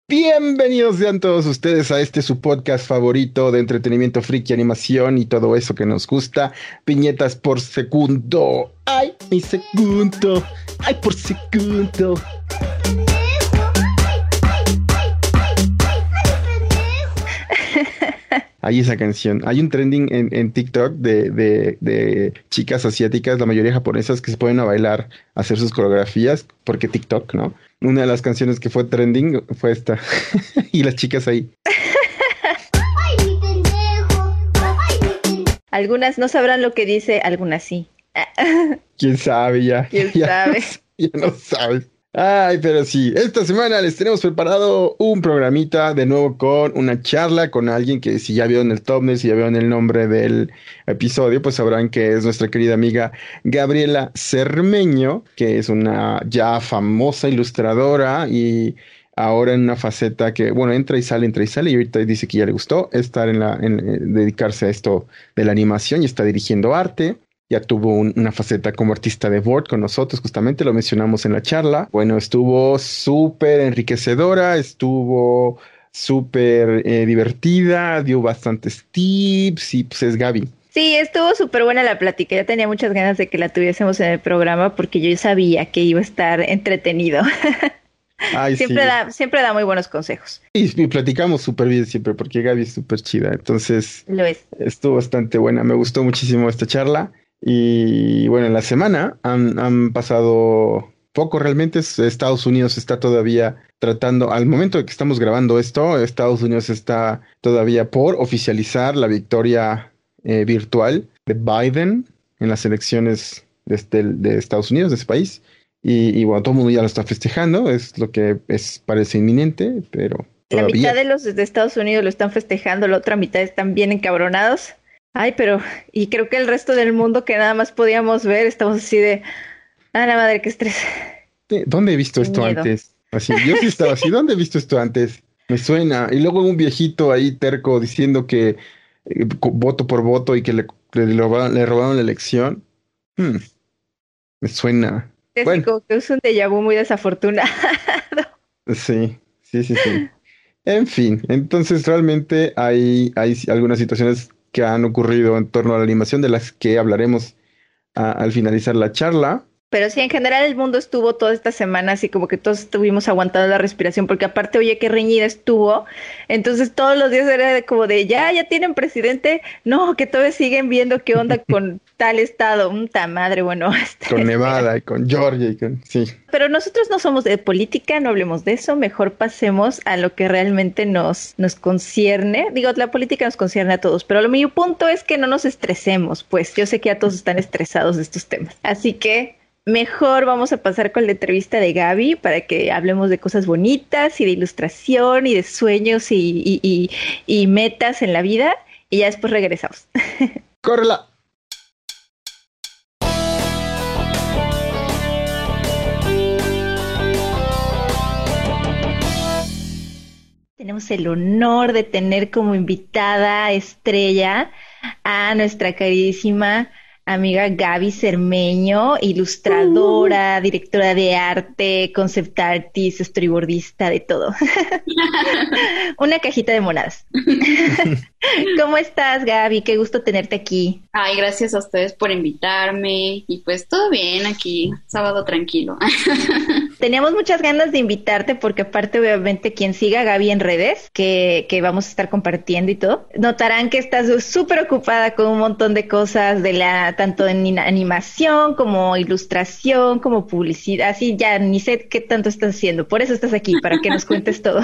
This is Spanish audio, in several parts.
Bienvenidos sean todos ustedes a este su podcast favorito de entretenimiento friki, animación y todo eso que nos gusta. Piñetas por segundo. ¡Ay, mi segundo! ¡Ay, por segundo! Hay esa canción. Hay un trending en TikTok de chicas asiáticas, la mayoría japonesas, que se ponen a bailar, a hacer sus coreografías, porque TikTok, ¿no? Una de las canciones que fue trending fue esta. Y las chicas ahí. Algunas no sabrán lo que dice, algunas sí. ¿Quién sabe ya? ¿Quién ya sabe? Ya no sabes. Ay, pero sí, esta semana les tenemos preparado un programita de nuevo con una charla con alguien que si ya vieron el thumbnail, si ya vieron el nombre del episodio, pues sabrán que es nuestra querida amiga Gabriela Cermeño, que es una ya famosa ilustradora y ahora en una faceta que, bueno, entra y sale, y ahorita dice que ya le gustó estar dedicarse a esto de la animación y está dirigiendo arte. Ya tuvo una faceta como artista de board con nosotros, justamente lo mencionamos en la charla. Bueno, estuvo súper enriquecedora, estuvo súper divertida, dio bastantes tips y pues es Gaby. Sí, estuvo súper buena la plática. Ya tenía muchas ganas de que la tuviésemos en el programa porque yo sabía que iba a estar entretenido. Ay, siempre da muy buenos consejos. Y platicamos súper bien siempre porque Gaby es súper chida. Entonces, lo es. Estuvo bastante buena. Me gustó muchísimo esta charla. Y bueno, en la semana han pasado poco realmente. Estados Unidos está todavía tratando, al momento de que estamos grabando esto, Estados Unidos está todavía por oficializar la victoria virtual de Biden en las elecciones de Estados Unidos, de ese país. Y bueno, todo el mundo ya lo está festejando, es lo que parece inminente, pero la todavía. mitad de los de Estados Unidos lo están festejando, la otra mitad están bien encabronados. Ay, pero, y creo que el resto del mundo que nada más podíamos ver, estamos así de, la madre, qué estrés. ¿Dónde he visto esto antes? Así, yo sí estaba así, ¿dónde he visto esto antes? Me suena. Y luego un viejito ahí terco diciendo que voto por voto y que le robaron la elección. Me suena. Es Bueno, como que es un déjà vu muy desafortunado. sí. En fin, entonces realmente hay algunas situaciones que han ocurrido en torno a la animación de las que hablaremos al finalizar la charla. Pero sí, en general el mundo estuvo toda esta semana así como que todos estuvimos aguantando la respiración porque aparte, oye, qué reñida estuvo. Entonces todos los días era como de, ya tienen presidente. No, que todavía siguen viendo qué onda con tal estado. Ta madre, bueno. Con Nevada y con Georgia sí. Pero nosotros no somos de política, no hablemos de eso. Mejor pasemos a lo que realmente nos concierne. Digo, la política nos concierne a todos, pero mi punto es que no nos estresemos. Pues yo sé que ya todos están estresados de estos temas. Así que mejor vamos a pasar con la entrevista de Gaby para que hablemos de cosas bonitas y de ilustración y de sueños y metas en la vida y ya después regresamos. ¡Córrela! Tenemos el honor de tener como invitada estrella a nuestra queridísima amiga Gaby Cermeño, ilustradora, directora de arte, concept artist, storyboardista, de todo. Una cajita de monadas. ¿Cómo estás, Gaby? Qué gusto tenerte aquí. Ay, gracias a ustedes por invitarme. Y pues todo bien aquí, sábado tranquilo. Teníamos muchas ganas de invitarte porque aparte obviamente quien siga a Gaby en redes, que vamos a estar compartiendo y todo, notarán que estás súper ocupada con un montón de cosas tanto en animación como ilustración, como publicidad, así ya ni sé qué tanto estás haciendo, por eso estás aquí, para que nos cuentes todo.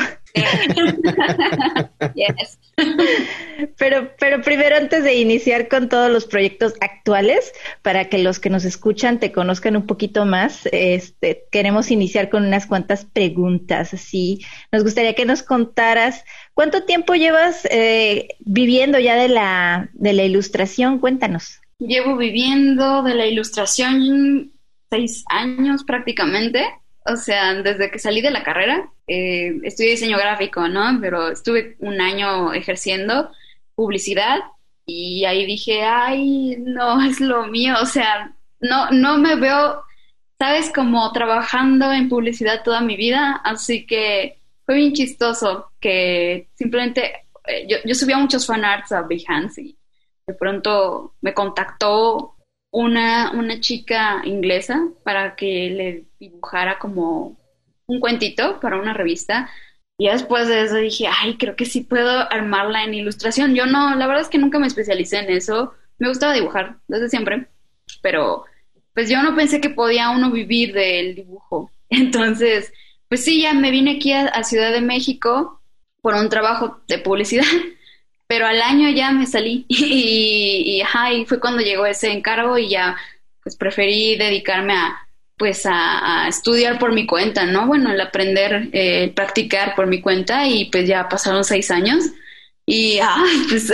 Yes. Pero primero, antes de iniciar con todos los proyectos actuales, para que los que nos escuchan te conozcan un poquito más, queremos iniciar con unas cuantas preguntas. Así, nos gustaría que nos contaras cuánto tiempo llevas viviendo ya de la ilustración. Cuéntanos. Llevo viviendo de la ilustración 6 años prácticamente. O sea, desde que salí de la carrera, estudié diseño gráfico, ¿no? Pero estuve un año ejerciendo publicidad y ahí dije, ay, no es lo mío. O sea, no me veo, ¿sabes? Como trabajando en publicidad toda mi vida. Así que fue bien chistoso que simplemente yo subía muchos fanarts a Behance y de pronto me contactó una chica inglesa para que le dibujara como un cuentito para una revista. Y después de eso dije, ay, creo que sí puedo armarla en ilustración. Yo no, la verdad es que nunca me especialicé en eso. Me gustaba dibujar desde siempre, pero pues yo no pensé que podía uno vivir del dibujo. Entonces, pues sí, ya me vine aquí a Ciudad de México por un trabajo de publicidad, pero al año ya me salí y fue cuando llegó ese encargo y ya pues preferí dedicarme a estudiar por mi cuenta, ¿no? Bueno, el aprender, practicar por mi cuenta y pues ya pasaron 6 años y, pues,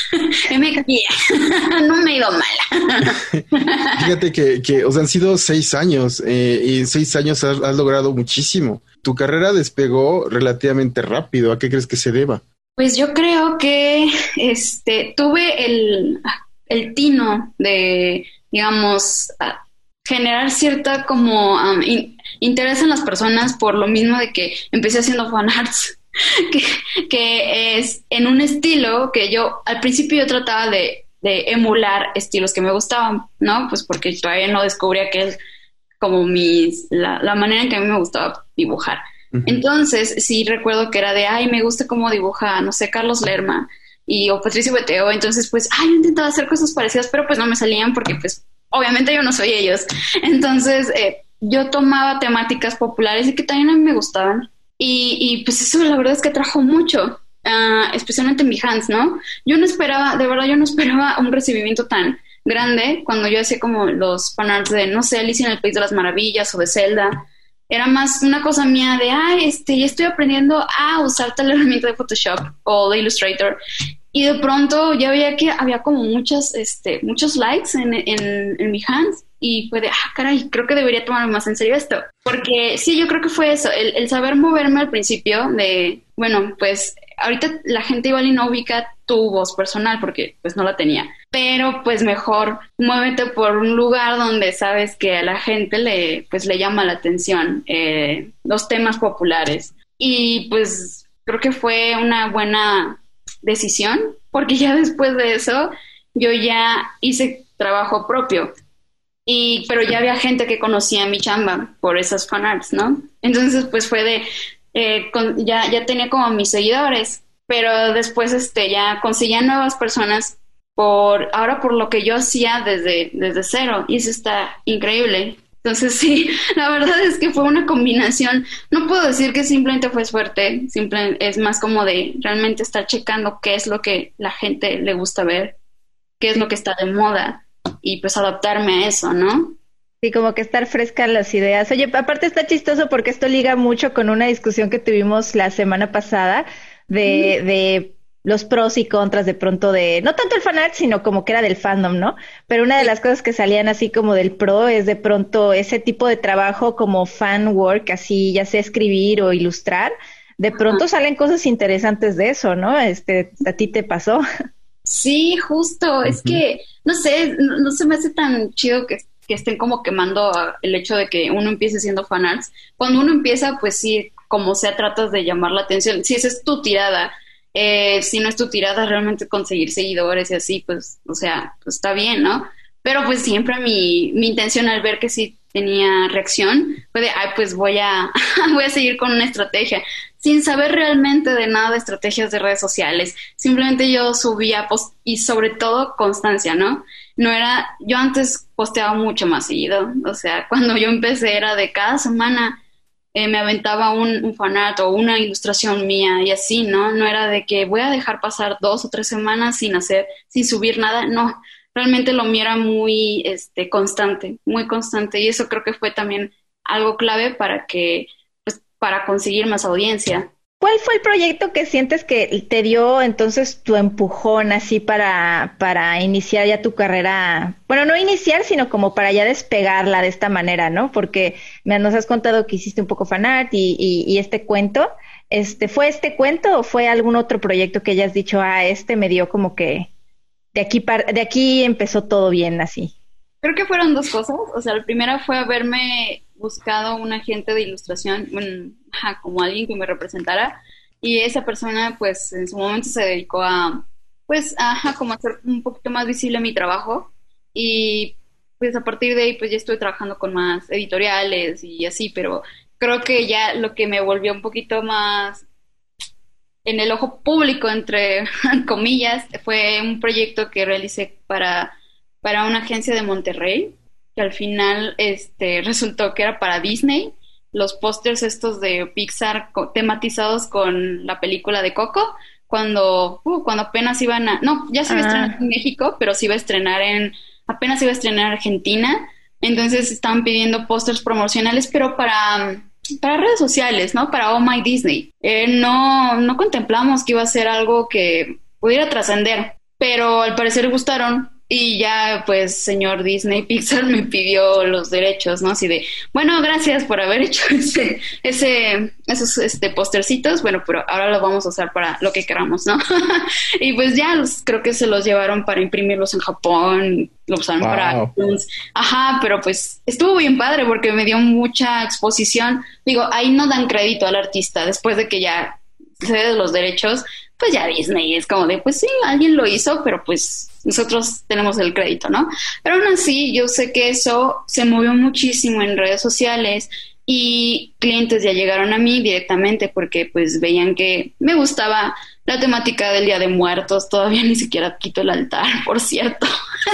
no me he ido mala. Fíjate que o sea, han sido 6 años y 6 años has logrado muchísimo. Tu carrera despegó relativamente rápido. ¿A qué crees que se deba? Pues yo creo que tuve el tino de, digamos, generar cierta como interés en las personas por lo mismo de que empecé haciendo fanarts, que es en un estilo que yo, al principio yo trataba de emular estilos que me gustaban, ¿no? Pues porque todavía no descubría que es como la manera en que a mí me gustaba dibujar. Uh-huh. Entonces, sí recuerdo que era de, me gusta cómo dibuja, no sé, Carlos Lerma o Patricio Beteo. Entonces, pues, yo intentaba hacer cosas parecidas, pero pues no me salían porque, pues, obviamente yo no soy ellos. Entonces, yo tomaba temáticas populares y que también a mí me gustaban. Y pues eso la verdad es que atrajo mucho, especialmente en Behance, ¿no? Yo no esperaba un recibimiento tan grande cuando yo hacía como los fanarts de, no sé, Alicia en el País de las Maravillas o de Zelda. Era más una cosa mía de, ya estoy aprendiendo a usar tal herramienta de Photoshop o de Illustrator. Y de pronto ya veía que había como muchos likes en Behance. Y fue de, caray, creo que debería tomarme más en serio esto. Porque sí, yo creo que fue eso, el saber moverme al principio de, bueno, pues ahorita la gente igual y no ubica tu voz personal porque pues no la tenía. Pero pues mejor muévete por un lugar donde sabes que a la gente le llama la atención los temas populares. Y pues creo que fue una buena decisión porque ya después de eso yo ya hice trabajo propio. Pero ya había gente que conocía mi chamba por esas fanarts, ¿no? Entonces, pues fue de, ya tenía como mis seguidores, pero después ya conseguía nuevas personas por lo que yo hacía desde cero, y eso está increíble. Entonces, sí, la verdad es que fue una combinación. No puedo decir que simplemente fue suerte, es más como de realmente estar checando qué es lo que la gente le gusta ver, qué es lo que está de moda, y pues adaptarme a eso, ¿no? Sí, como que estar fresca en las ideas. Oye, aparte está chistoso porque esto liga mucho con una discusión que tuvimos la semana pasada de los pros y contras de pronto de, no tanto el fanart, sino como que era del fandom, ¿no? Pero una de las cosas que salían así como del pro es de pronto ese tipo de trabajo como fan work, así ya sea escribir o ilustrar, de pronto salen cosas interesantes de eso, ¿no? ¿A ti te pasó? Sí, justo, es que, no sé, no se me hace tan chido que estén como quemando el hecho de que uno empiece siendo fanarts. Cuando uno empieza, pues sí, como sea, tratas de llamar la atención. Si esa es tu tirada, si no es tu tirada, realmente conseguir seguidores y así, pues, o sea, pues está bien, ¿no? Pero pues siempre mi intención al ver que sí tenía reacción fue de, pues voy a seguir con una estrategia, sin saber realmente de nada de estrategias de redes sociales. Simplemente yo subía post y sobre todo constancia, ¿no? Yo antes posteaba mucho más seguido, o sea, cuando yo empecé era de cada semana me aventaba un fanart o una ilustración mía y así, ¿no? No era de que voy a dejar pasar 2 o 3 semanas sin subir nada, no. Realmente lo mío era muy constante, muy constante, y eso creo que fue también algo clave para conseguir más audiencia. ¿Cuál fue el proyecto que sientes que te dio entonces tu empujón así para iniciar ya tu carrera? Bueno, no iniciar, sino como para ya despegarla de esta manera, ¿no? Porque nos has contado que hiciste un poco fanart y este cuento. ¿Fue este cuento o fue algún otro proyecto que hayas dicho, me dio como que de aquí empezó todo bien así? Creo que fueron 2 cosas. O sea, la primera fue haberme buscado un agente de ilustración, un como alguien que me representara, y esa persona pues en su momento se dedicó a pues como hacer un poquito más visible mi trabajo, y pues a partir de ahí pues ya estoy trabajando con más editoriales y así, pero creo que ya lo que me volvió un poquito más en el ojo público, entre comillas, fue un proyecto que realicé para una agencia de Monterrey, que al final resultó que era para Disney, los pósters estos de Pixar tematizados con la película de Coco, cuando apenas iban no, ya se iba a estrenar en México, pero se iba a estrenar apenas iba a estrenar en Argentina, entonces estaban pidiendo pósters promocionales, pero para redes sociales, ¿no? Para Oh My Disney. No contemplamos que iba a ser algo que pudiera trascender, pero al parecer gustaron. Y ya, pues, señor Disney Pixar me pidió los derechos, ¿no? Así de, bueno, gracias por haber hecho esos postercitos, bueno, pero ahora los vamos a usar para lo que queramos, ¿no? Y pues ya creo que se los llevaron para imprimirlos en Japón, lo usaron para iTunes. Pero pues estuvo bien padre porque me dio mucha exposición. Digo, ahí no dan crédito al artista después de que ya se den los derechos, pues ya Disney es como de, pues sí, alguien lo hizo, pero pues nosotros tenemos el crédito, ¿no? Pero aún así, yo sé que eso se movió muchísimo en redes sociales y clientes ya llegaron a mí directamente porque pues veían que me gustaba la temática del Día de Muertos. Todavía ni siquiera quito el altar, por cierto.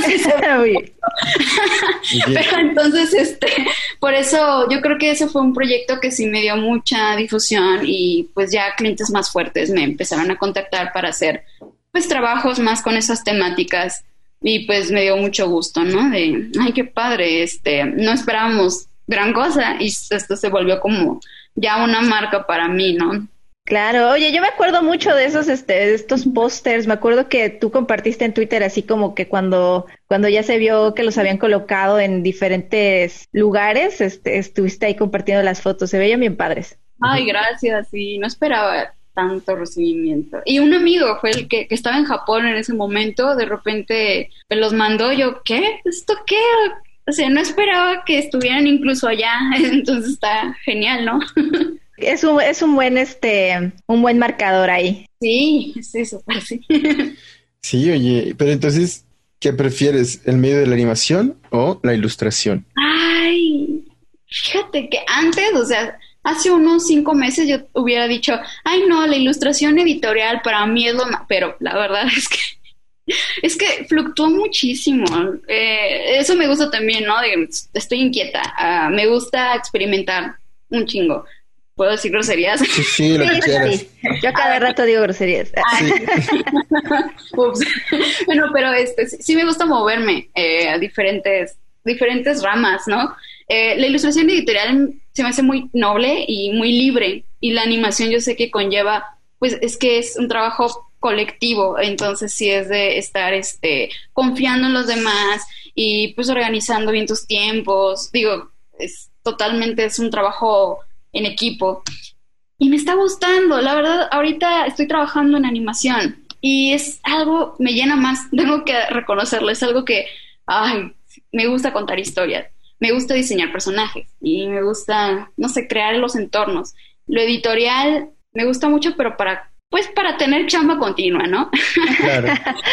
Pero entonces, por eso yo creo que ese fue un proyecto que sí me dio mucha difusión y pues ya clientes más fuertes me empezaron a contactar para hacer pues trabajos más con esas temáticas y pues me dio mucho gusto, ¿no? De, ay, qué padre, no esperábamos gran cosa y esto se volvió como ya una marca para mí, ¿no? Claro, oye, yo me acuerdo mucho de estos pósters, me acuerdo que tú compartiste en Twitter así como que cuando ya se vio que los habían colocado en diferentes lugares, estuviste ahí compartiendo las fotos, se veían bien padres. Ay, gracias, sí, no esperaba tanto recibimiento. Y un amigo fue el que estaba en Japón en ese momento, de repente me los mandó, yo, ¿qué? ¿Esto qué? O sea, no esperaba que estuvieran incluso allá, entonces está genial, ¿no? Es un buen marcador ahí. Sí, súper, sí. Sí, oye, pero entonces, ¿qué prefieres? ¿El medio de la animación o la ilustración? Ay, fíjate que antes, o sea, hace unos 5 meses yo hubiera dicho, ay no, la ilustración editorial para mí es lo más, pero la verdad es que fluctúa muchísimo. Eso me gusta también, ¿no? Estoy inquieta, me gusta experimentar un chingo. ¿Puedo decir groserías? Sí, lo que quieras. Sí. Yo cada rato digo groserías. Sí. Ups. Bueno, pero sí me gusta moverme a diferentes ramas, ¿no? La ilustración editorial se me hace muy noble y muy libre, y la animación yo sé que conlleva, pues es que es un trabajo colectivo, entonces sí es de estar confiando en los demás y pues organizando bien tus tiempos. Digo, es un trabajo en equipo y me está gustando, la verdad. Ahorita estoy trabajando en animación y es algo, me llena más, tengo que reconocerlo, es algo que me gusta contar historias, me gusta diseñar personajes y me gusta, no sé, crear los entornos. Lo editorial me gusta mucho, pero para tener chamba continua, ¿no? Claro.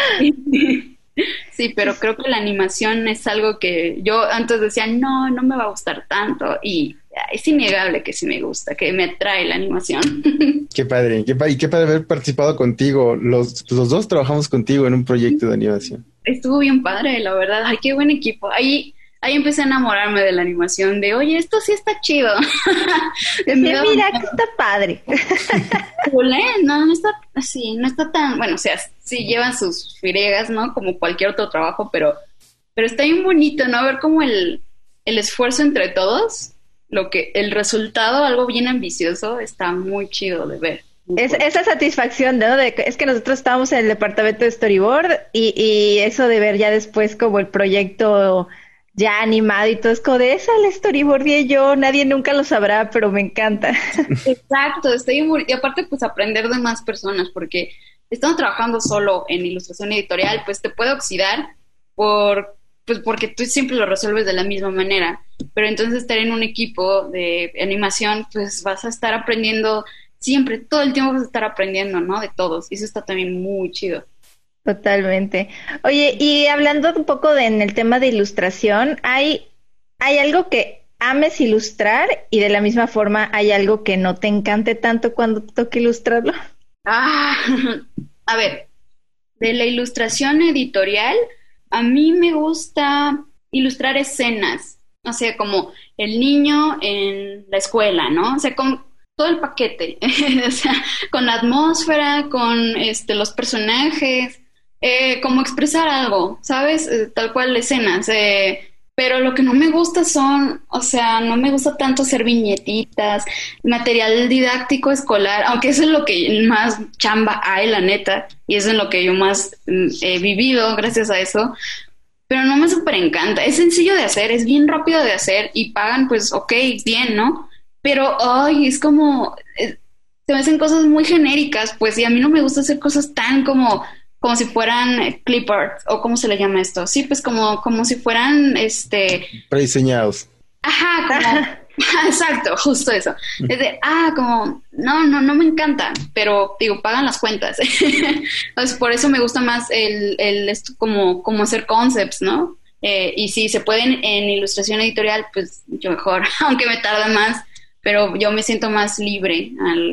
Sí, pero creo que la animación es algo que yo antes decía, no me va a gustar tanto, y es innegable que sí me gusta, que me atrae la animación. Qué padre, y qué padre haber participado contigo. Los dos trabajamos contigo en un proyecto de animación. Estuvo bien padre, la verdad. Ay, qué buen equipo. Ahí empecé a enamorarme de la animación, de, oye, esto sí está chido. Mira, que está padre. No está así, no está tan, bueno, o sea, sí llevan sus friegas, ¿no? Como cualquier otro trabajo, pero está bien bonito, ¿no? Ver como el esfuerzo entre todos, el resultado, algo bien ambicioso, está muy chido de ver. Esa satisfacción, ¿no? Es que nosotros estábamos en el departamento de storyboard y eso de ver ya después como el proyecto ya animado y todo, es como de esa la storyboardé yo, nadie nunca lo sabrá, pero me encanta. Exacto, y aparte pues aprender de más personas, porque estando trabajando solo en ilustración editorial, pues te puede oxidar por pues porque tú siempre lo resuelves de la misma manera, pero entonces estar en un equipo de animación, pues vas a estar aprendiendo siempre, todo el tiempo vas a estar aprendiendo, ¿no? De todos, y eso está también muy chido. Totalmente. Oye, y hablando un poco en el tema de ilustración, ¿hay algo que ames ilustrar y de la misma forma hay algo que no te encante tanto cuando te toca ilustrarlo? A ver, de la ilustración editorial, a mí me gusta ilustrar escenas, o sea, como el niño en la escuela, ¿no? O sea, con todo el paquete, o sea, con la atmósfera, con los personajes, como expresar algo, ¿sabes? Tal cual escenas, pero lo que no me gusta son, o sea, no me gusta tanto hacer viñetitas, material didáctico escolar, aunque eso es lo que más chamba hay, la neta, y eso es lo que yo más he vivido gracias a eso, pero no me súper encanta. Es sencillo de hacer, es bien rápido de hacer y pagan, pues, ok, bien, ¿no? Pero, ay, es como, se me hacen cosas muy genéricas, pues, y a mí no me gusta hacer cosas tan como si fueran clip art, o ¿cómo se le llama esto? Sí, pues como si fueran, prediseñados. Ajá, como, exacto, justo eso. Es de, como, no me encanta, pero, digo, pagan las cuentas. Entonces, por eso me gusta más esto como hacer concepts, ¿no? Y si se pueden en ilustración editorial, pues, yo mejor, aunque me tarda más, pero yo me siento más libre,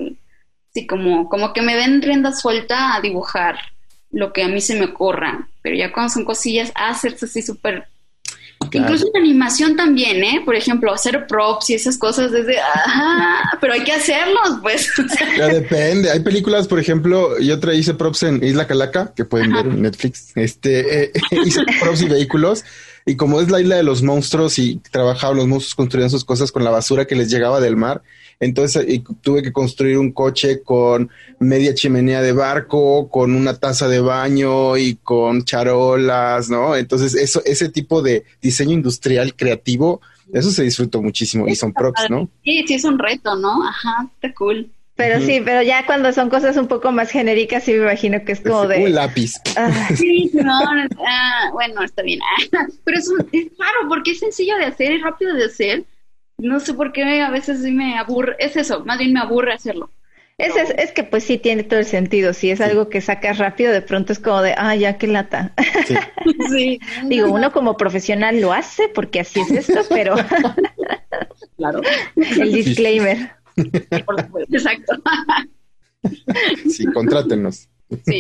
sí, como que me den rienda suelta a dibujar lo que a mí se me ocurra, pero ya cuando son cosillas, hacerse así súper... Claro. Incluso en animación también, por ejemplo, hacer props y esas cosas desde... pero hay que hacerlos, pues. Ya depende, hay películas, por ejemplo, yo hice props en Isla Calaca, que pueden ver en Netflix, hice props y vehículos, y como es la isla de los monstruos y trabajaban los monstruos construían sus cosas con la basura que les llegaba del mar, entonces tuve que construir un coche con media chimenea de barco, con una taza de baño y con charolas, ¿no? Entonces ese tipo de diseño industrial creativo, eso se disfrutó muchísimo y son props, ¿no? Sí, es un reto, ¿no? Ajá, está cool. Pero sí, pero ya cuando son cosas un poco más genéricas, sí me imagino que es como de... Un lápiz. Sí, no, bueno, está bien. Pero es raro, porque es sencillo de hacer, es rápido de hacer. No sé por qué a veces sí me aburre. Es eso, más bien me aburre hacerlo. Es que pues sí tiene todo el sentido. Si es algo que sacas rápido, de pronto es como de, ya qué lata. Sí. Sí. Digo, uno como profesional lo hace porque así es esto, pero... Claro. El disclaimer. Por supuesto. Exacto. Sí, contrátenos. Sí.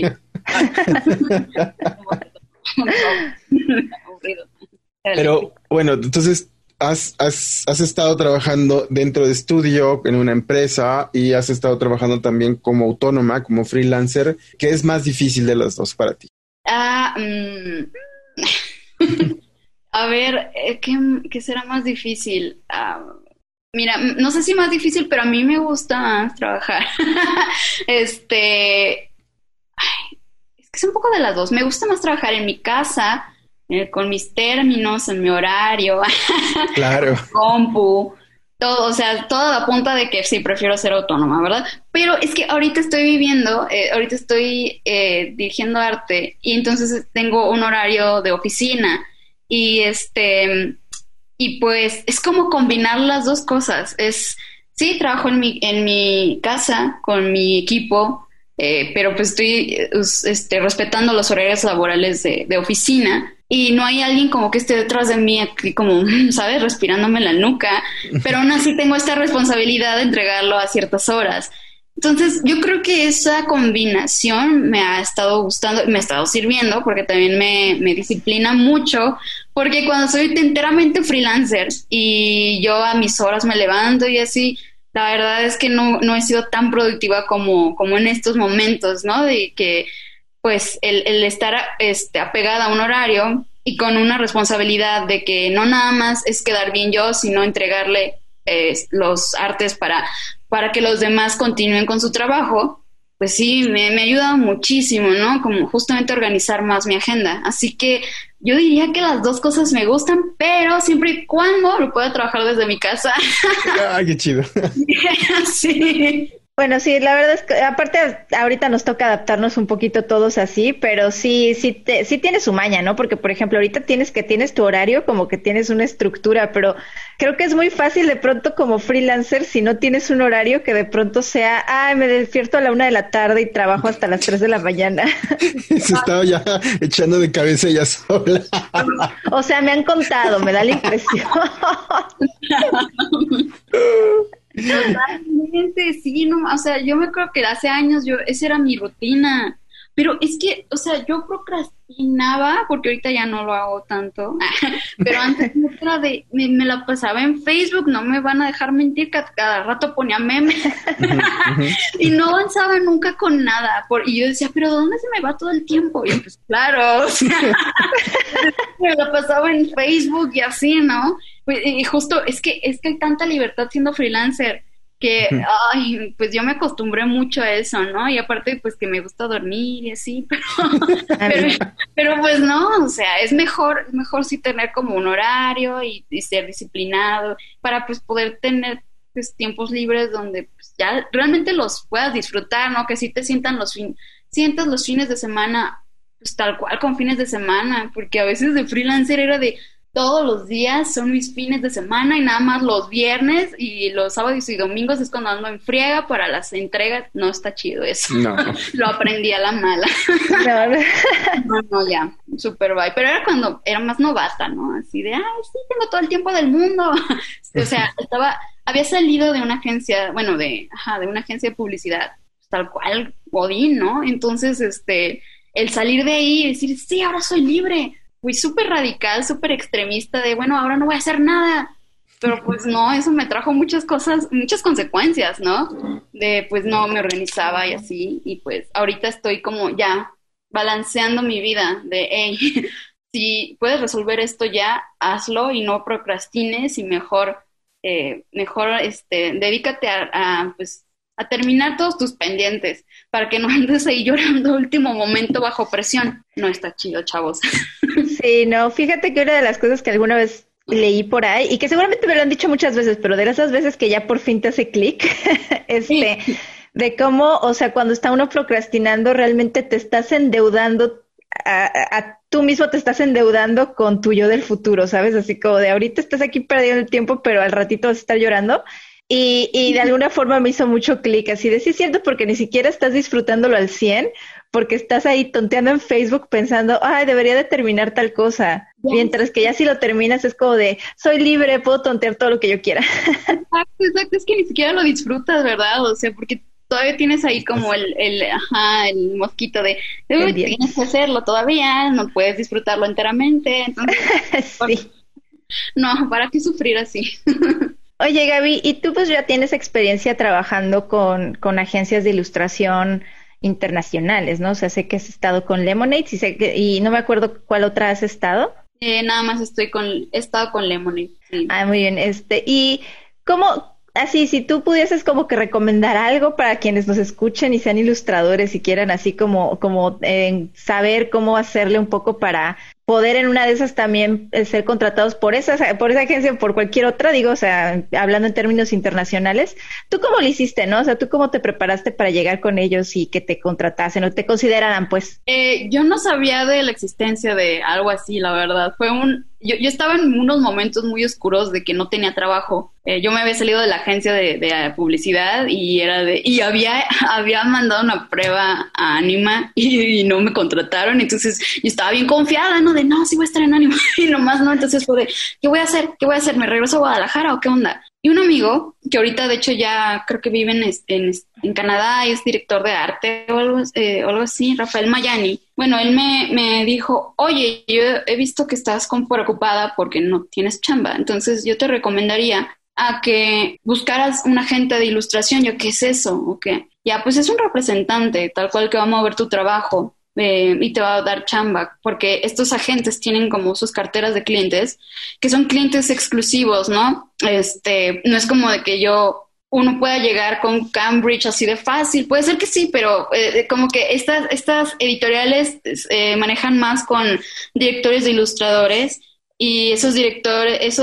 Aburrido. Pero bueno, entonces has estado trabajando dentro de estudio en una empresa y has estado trabajando también como autónoma, como freelancer. ¿Qué es más difícil de las dos para ti? A ver, ¿qué será más difícil? Mira, no sé si más difícil, pero a mí me gusta más trabajar. Es que es un poco de las dos. Me gusta más trabajar en mi casa, con mis términos, en mi horario, claro, compu, todo, o sea, todo apunta de que sí, prefiero ser autónoma, ¿verdad? Pero es que ahorita estoy dirigiendo arte y entonces tengo un horario de oficina y y pues es como combinar las dos cosas. Sí, trabajo en mi casa con mi equipo, pero pues estoy respetando los horarios laborales de oficina y no hay alguien como que esté detrás de mí aquí como, ¿sabes? Respirándome en la nuca, pero aún así tengo esta responsabilidad de entregarlo a ciertas horas. Entonces, yo creo que esa combinación me ha estado gustando, me ha estado sirviendo porque también me disciplina mucho, porque cuando soy enteramente freelancer y yo a mis horas me levanto y así, la verdad es que no he sido tan productiva como en estos momentos, ¿no? De que, pues, el estar apegada a un horario y con una responsabilidad de que no nada más es quedar bien yo, sino entregarle los artes para que los demás continúen con su trabajo, pues sí, me ha ayudado muchísimo, ¿no? Como justamente organizar más mi agenda. Así que yo diría que las dos cosas me gustan, pero siempre y cuando lo pueda trabajar desde mi casa. ¡Ay, qué chido! Sí. Bueno, sí, la verdad es que aparte ahorita nos toca adaptarnos un poquito todos así, pero sí tiene su maña, ¿no? Porque por ejemplo, ahorita tienes tu horario, como que tienes una estructura, pero creo que es muy fácil de pronto como freelancer si no tienes un horario que de pronto sea, me despierto a la 1 de la tarde y trabajo hasta las 3 de la mañana. Se estaba ya echando de cabeza ella sola. O sea, me han contado, me da la impresión. Totalmente, sí, no, o sea, yo me acuerdo que hace años esa era mi rutina, pero es que, o sea, yo procrastinaba, porque ahorita ya no lo hago tanto, pero antes era me la pasaba en Facebook, no me van a dejar mentir, que cada rato ponía memes, y no avanzaba nunca con nada, y yo decía, pero ¿dónde se me va todo el tiempo? Y pues claro, o sea, me la pasaba en Facebook y así, ¿no? Y justo es que hay tanta libertad siendo freelancer que, pues yo me acostumbré mucho a eso, ¿no? Y aparte, pues que me gusta dormir y así, pero pues no, o sea, es mejor sí tener como un horario y ser disciplinado para pues poder tener pues tiempos libres donde pues ya realmente los puedas disfrutar, ¿no? Que sí te sientas los fines de semana pues tal cual con fines de semana, porque a veces de freelancer era de todos los días son mis fines de semana y nada más los viernes y los sábados y domingos es cuando ando en friega para las entregas. No está chido eso. No. Lo aprendí a la mala. No, ya, súper bye. Pero era cuando era más novata, ¿no? Así de, sí, tengo todo el tiempo del mundo. O sea, había salido de una agencia, bueno, de una agencia de publicidad, tal cual, Godín, ¿no? Entonces, el salir de ahí y decir, sí, ahora soy libre. Fui súper radical, súper extremista de, bueno, ahora no voy a hacer nada. Pero pues no, eso me trajo muchas cosas, muchas consecuencias, ¿no? De pues no me organizaba y así. Y pues ahorita estoy como ya balanceando mi vida de, hey, si puedes resolver esto ya, hazlo y no procrastines y mejor dedícate a terminar todos tus pendientes para que no andes ahí llorando último momento bajo presión. No está chido, chavos. Sí, no, fíjate que una de las cosas que alguna vez leí por ahí, y que seguramente me lo han dicho muchas veces, pero de esas veces que ya por fin te hace clic, de cómo, o sea, cuando está uno procrastinando, realmente te estás endeudando, tú mismo te estás endeudando con tu yo del futuro, ¿sabes? Así como de ahorita estás aquí perdiendo el tiempo, pero al ratito vas a estar llorando. Y de alguna forma me hizo mucho clic, así de sí es cierto, porque ni siquiera estás disfrutándolo al 100, porque estás ahí tonteando en Facebook pensando, debería de terminar tal cosa, mientras que ya si lo terminas es como de, soy libre, puedo tontear todo lo que yo quiera. Exacto, es que ni siquiera lo disfrutas, ¿verdad? O sea, porque todavía tienes ahí como el mosquito de, tienes que hacerlo todavía, no puedes disfrutarlo enteramente, entonces, sí. No, ¿para qué sufrir así? Oye, Gaby, y tú pues ya tienes experiencia trabajando con agencias de ilustración internacionales, ¿no? O sea, sé que has estado con Lemonade y no me acuerdo cuál otra has estado. Nada más he estado con Lemonade. Sí. Muy bien. Y ¿cómo, así, si tú pudieses como que recomendar algo para quienes nos escuchen y sean ilustradores y quieran así como saber cómo hacerle un poco para poder en una de esas también ser contratados por esa agencia o por cualquier otra, digo, o sea, hablando en términos internacionales, ¿tú cómo lo hiciste, no? O sea, ¿tú cómo te preparaste para llegar con ellos y que te contratasen o te consideraran, pues? Yo no sabía de la existencia de algo así, la verdad. Yo estaba en unos momentos muy oscuros de que no tenía trabajo. Yo me había salido de la agencia de publicidad y había mandado una prueba a Anima y no me contrataron, entonces yo estaba bien confiada, ¿no? De no, sí voy a estar en Anima y nomás no, entonces fue de, ¿qué voy a hacer? ¿Me regreso a Guadalajara o qué onda? Y un amigo, que ahorita de hecho ya creo que vive en Canadá y es director de arte o algo así, Rafael Mayani. Bueno, él me dijo, oye, yo he visto que estás preocupada porque no tienes chamba, entonces yo te recomendaría a que buscaras un agente de ilustración. Yo, ¿qué es eso? ¿O qué? Ya, pues es un representante, tal cual que va a mover tu trabajo. Y te va a dar chamba, porque estos agentes tienen como sus carteras de clientes, que son clientes exclusivos, ¿no? No es como de que uno pueda llegar con Cambridge así de fácil, puede ser que sí, pero como que estas editoriales manejan más con directores de ilustradores, y esos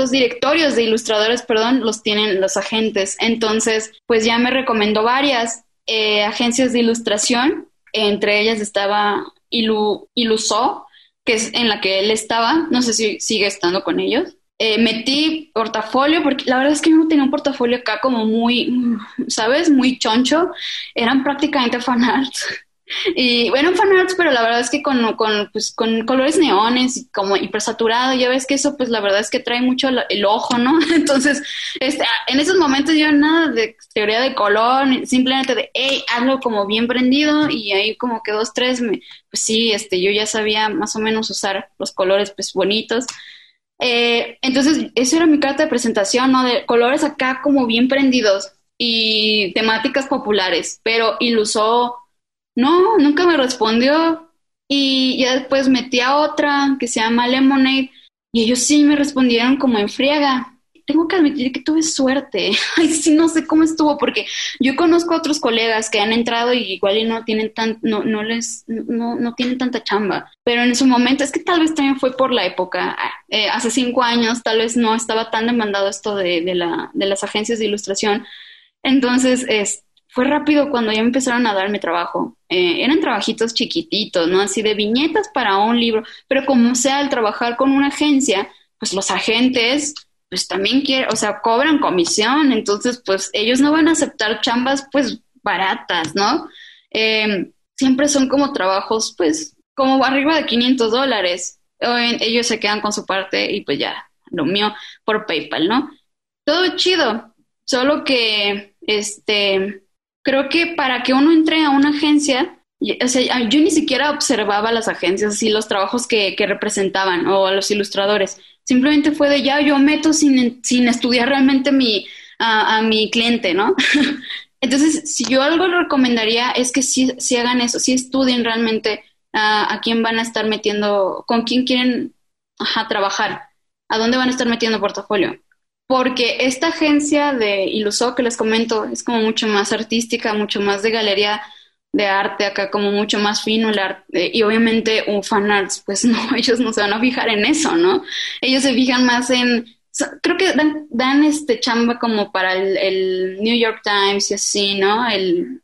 directorios de ilustradores, los tienen los agentes. Entonces, pues ya me recomendó varias. agencias de ilustración, entre ellas estaba Iluso, que es en la que él estaba, no sé si sigue estando con ellos. Metí portafolio, porque la verdad es que yo no tenía un portafolio acá como muy, ¿sabes? Muy choncho, eran prácticamente fanarts. Y bueno, fanarts, pero la verdad es que con colores neones y como hipersaturado, ya ves que eso pues la verdad es que trae mucho el ojo, ¿no? Entonces, en esos momentos yo nada de teoría de color, simplemente de, hey, hazlo como bien prendido, y ahí como que 2, 3, pues sí, yo ya sabía más o menos usar los colores pues bonitos. Entonces, eso era mi carta de presentación, ¿no? De colores acá como bien prendidos y temáticas populares, pero Ilusó no, nunca me respondió, y ya después metí a otra que se llama Lemonade y ellos sí me respondieron como en friega. Tengo que admitir que tuve suerte. Ay, sí, no sé cómo estuvo, porque yo conozco a otros colegas que han entrado y igual y no tienen no tienen tanta chamba. Pero en su momento, es que tal vez también fue por la época. Hace 5 años tal vez no estaba tan demandado esto de las agencias de ilustración. Entonces, fue rápido cuando ya empezaron a darme trabajo. Eran trabajitos chiquititos, ¿no? Así de viñetas para un libro. Pero como sea, al trabajar con una agencia, pues los agentes pues también quieren, o sea, cobran comisión. Entonces, pues ellos no van a aceptar chambas, pues, baratas, ¿no? Siempre son como trabajos, pues, como arriba de $500. Ellos se quedan con su parte y pues ya, lo mío por PayPal, ¿no? Todo chido. Solo que, creo que para que uno entre a una agencia, o sea, yo ni siquiera observaba las agencias, así los trabajos que representaban o a los ilustradores. Simplemente fue de ya, yo meto sin estudiar realmente a mi cliente, ¿no? Entonces, si yo algo le recomendaría es que sí hagan eso, sí estudien realmente a quién van a estar metiendo, con quién quieren trabajar, a dónde van a estar metiendo portafolio. Porque esta agencia de Ilusó que les comento es como mucho más artística, mucho más de galería de arte, acá como mucho más fino el arte, y obviamente un fanarts, pues no, ellos no se van a fijar en eso, ¿no? Ellos se fijan más creo que dan chamba como para el New York Times y así, ¿no? El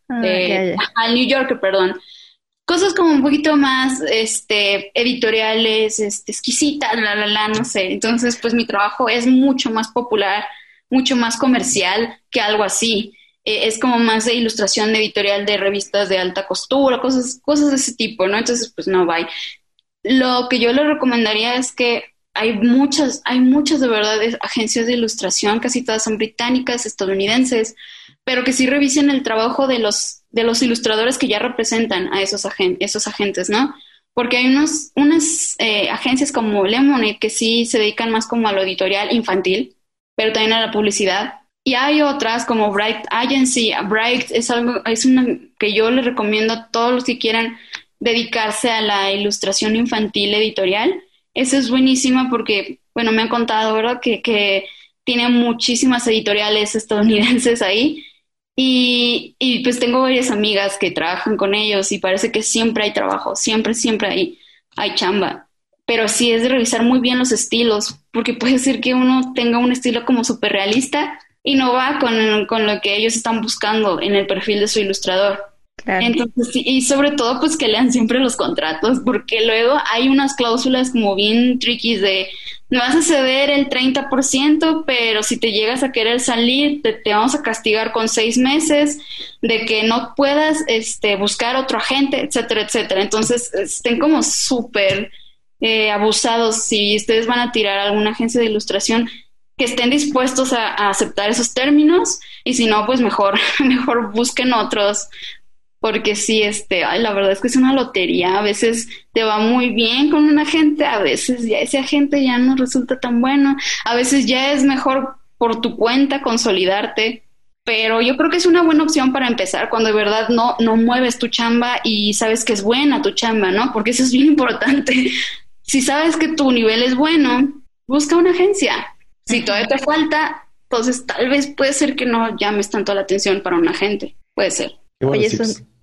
New Yorker, perdón. Cosas como un poquito más editoriales, exquisitas, no sé. Entonces, pues mi trabajo es mucho más popular, mucho más comercial que algo así. Es como más de ilustración editorial de revistas de alta costura, cosas de ese tipo, ¿no? Entonces, pues no, bye. Lo que yo le recomendaría es que hay muchas de verdad agencias de ilustración, casi todas son británicas, estadounidenses, pero que sí revisen el trabajo de los ilustradores que ya representan a esos agentes, ¿no? Porque hay unas agencias como Lemonade que sí se dedican más como a lo editorial infantil, pero también a la publicidad. Y hay otras como Bright Agency. Bright es una que yo les recomiendo a todos los que quieran dedicarse a la ilustración infantil editorial. Esa es buenísima porque, bueno, me han contado, ¿verdad? Que tiene muchísimas editoriales estadounidenses ahí. Y pues tengo varias amigas que trabajan con ellos y parece que siempre hay trabajo, siempre hay chamba. Pero sí es de revisar muy bien los estilos, porque puede ser que uno tenga un estilo como súper realista y no va con lo que ellos están buscando en el perfil de su ilustrador. Claro. Entonces, y sobre todo, pues que lean siempre los contratos, porque luego hay unas cláusulas como bien tricky de me vas a ceder el 30%, pero si te llegas a querer salir, te vamos a castigar con 6 meses, de que no puedas buscar otro agente, etcétera, etcétera. Entonces, estén como súper abusados si ustedes van a tirar a alguna agencia de ilustración, que estén dispuestos a aceptar esos términos, y si no, pues mejor busquen otros, porque sí, la verdad es que es una lotería. A veces te va muy bien con un agente, a veces ya ese agente ya no resulta tan bueno, a veces ya es mejor por tu cuenta consolidarte, pero yo creo que es una buena opción para empezar cuando de verdad no mueves tu chamba y sabes que es buena tu chamba, ¿no? Porque eso es bien importante. Si sabes que tu nivel es bueno, busca una agencia. Si todavía te falta, entonces tal vez puede ser que no llames tanto la atención para un agente. Puede ser. Oye,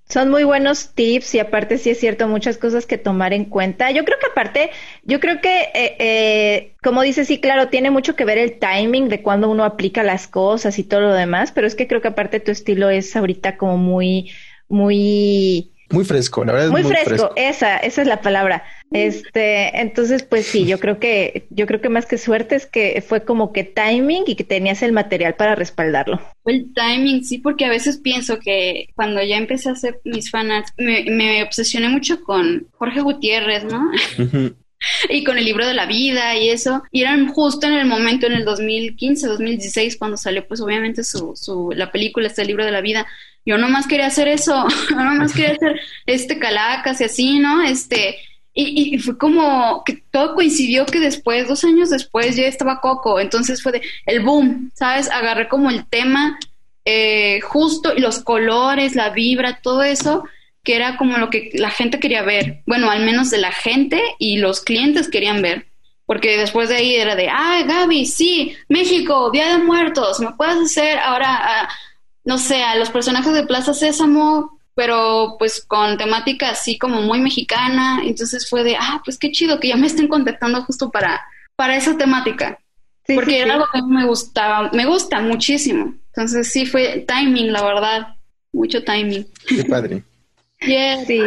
Son muy buenos tips y aparte sí es cierto, muchas cosas que tomar en cuenta. Yo creo que como dices, sí, claro, tiene mucho que ver el timing de cuando uno aplica las cosas y todo lo demás, pero es que creo que aparte tu estilo es ahorita como muy Muy fresco, la verdad es muy muy fresco, fresco. esa es la palabra. Entonces, pues sí, yo creo que más que suerte es que fue como que timing y que tenías el material para respaldarlo. El timing, sí, porque a veces pienso que cuando ya empecé a hacer mis fanarts, me obsesioné mucho con Jorge Gutiérrez, ¿no? Ujú. Y con el libro de la vida y eso, y eran justo en el momento, en el 2015, 2016, cuando salió pues obviamente la película, el libro de la vida. Yo nomás quería hacer eso, yo nomás quería hacer calacas y así, ¿no? Y fue como que todo coincidió que después, 2 años después, ya estaba Coco, entonces fue el boom, ¿sabes? Agarré como el tema justo, y los colores, la vibra, todo eso, que era como lo que la gente quería ver, bueno, al menos de la gente y los clientes querían ver, porque después de ahí era Gaby, sí, México, Día de Muertos, ¿me puedes hacer ahora, no sé, a los personajes de Plaza Sésamo, pero pues con temática así como muy mexicana? Entonces fue pues qué chido que ya me estén contactando justo para esa temática, Sí, porque sí, era sí. algo que me gusta muchísimo. Entonces sí fue timing, la verdad, mucho timing. Qué padre. Yeah. Sí.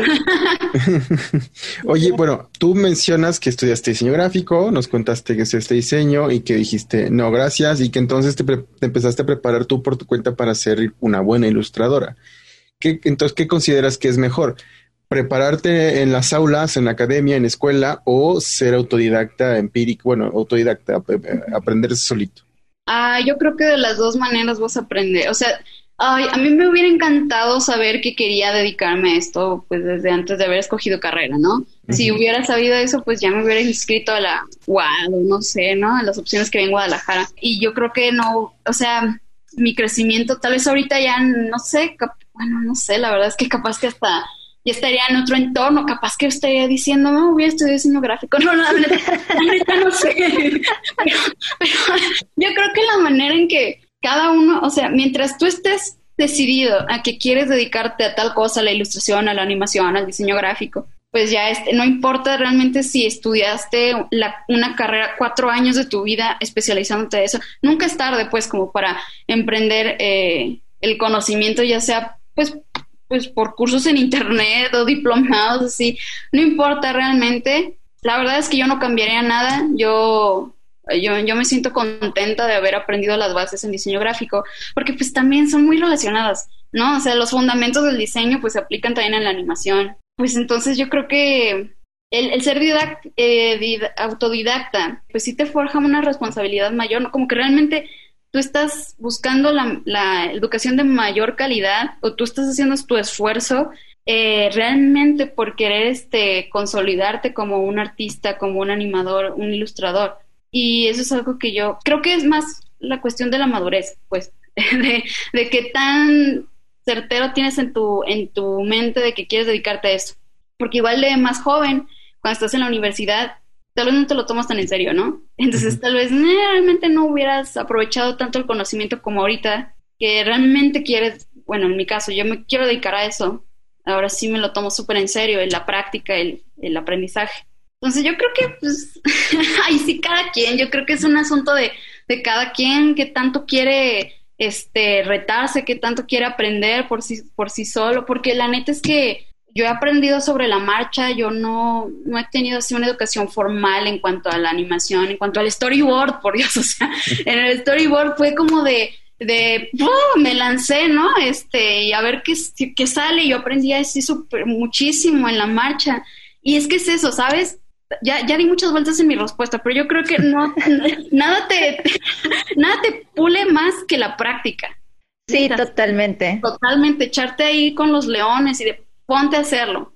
Oye, bueno, tú mencionas que estudiaste diseño gráfico, nos contaste que es este diseño y que dijiste no, gracias, y que entonces te empezaste a preparar tú por tu cuenta para ser una buena ilustradora. Entonces, ¿qué consideras que es mejor? ¿Prepararte en las aulas, en la academia, en la escuela, o ser autodidacta, autodidacta, aprender solito? Yo creo que de las dos maneras vas a aprender. O sea, a mí me hubiera encantado saber que quería dedicarme a esto, pues desde antes de haber escogido carrera, ¿no? Si hubiera sabido eso, pues ya me hubiera inscrito a la UAD, no sé, ¿no? A las opciones que hay en Guadalajara. Y yo creo que no, o sea, mi crecimiento tal vez ahorita ya, no sé, no sé, la verdad es que capaz que hasta ya estaría en otro entorno, capaz que estaría diciendo, no, voy a estudiar diseño gráfico. No, la neta no sé. Pero yo creo que la manera en que cada uno, o sea, mientras tú estés decidido a que quieres dedicarte a tal cosa, a la ilustración, a la animación, al diseño gráfico, pues ya no importa realmente si estudiaste una carrera 4 años de tu vida especializándote en eso, nunca es tarde pues como para emprender el conocimiento, ya sea pues por cursos en internet o diplomados, así, no importa realmente. La verdad es que yo no cambiaría nada. Yo me siento contenta de haber aprendido las bases en diseño gráfico, porque pues también son muy relacionadas, ¿no? O sea, los fundamentos del diseño pues se aplican también en la animación. Pues entonces yo creo que el ser autodidacta, pues sí te forja una responsabilidad mayor, ¿no? Como que realmente tú estás buscando la educación de mayor calidad, o tú estás haciendo tu esfuerzo realmente por querer consolidarte como un artista, como un animador, un ilustrador. Y eso es algo que yo creo que es más la cuestión de la madurez, pues, de qué tan certero tienes en tu mente de que quieres dedicarte a eso. Porque igual de más joven, cuando estás en la universidad, tal vez no te lo tomas tan en serio, ¿no? Entonces tal vez realmente no hubieras aprovechado tanto el conocimiento como ahorita, que realmente quieres, bueno, en mi caso, yo me quiero dedicar a eso. Ahora sí me lo tomo súper en serio, en la práctica, el aprendizaje. Entonces yo creo que, pues, ahí sí cada quien, yo creo que es un asunto de cada quien, que tanto quiere retarse, que tanto quiere aprender por sí solo, porque la neta es que yo he aprendido sobre la marcha. Yo no he tenido así una educación formal en cuanto a la animación, en cuanto al storyboard, por Dios, o sea, en el storyboard fue como me lancé, ¿no? Y a ver qué sale. Yo aprendí así muchísimo en la marcha. Y es que es eso, ¿sabes? Ya di muchas vueltas en mi respuesta, pero yo creo que nada te pule más que la práctica. Sí, totalmente. Totalmente, echarte ahí con los leones y ponte a hacerlo,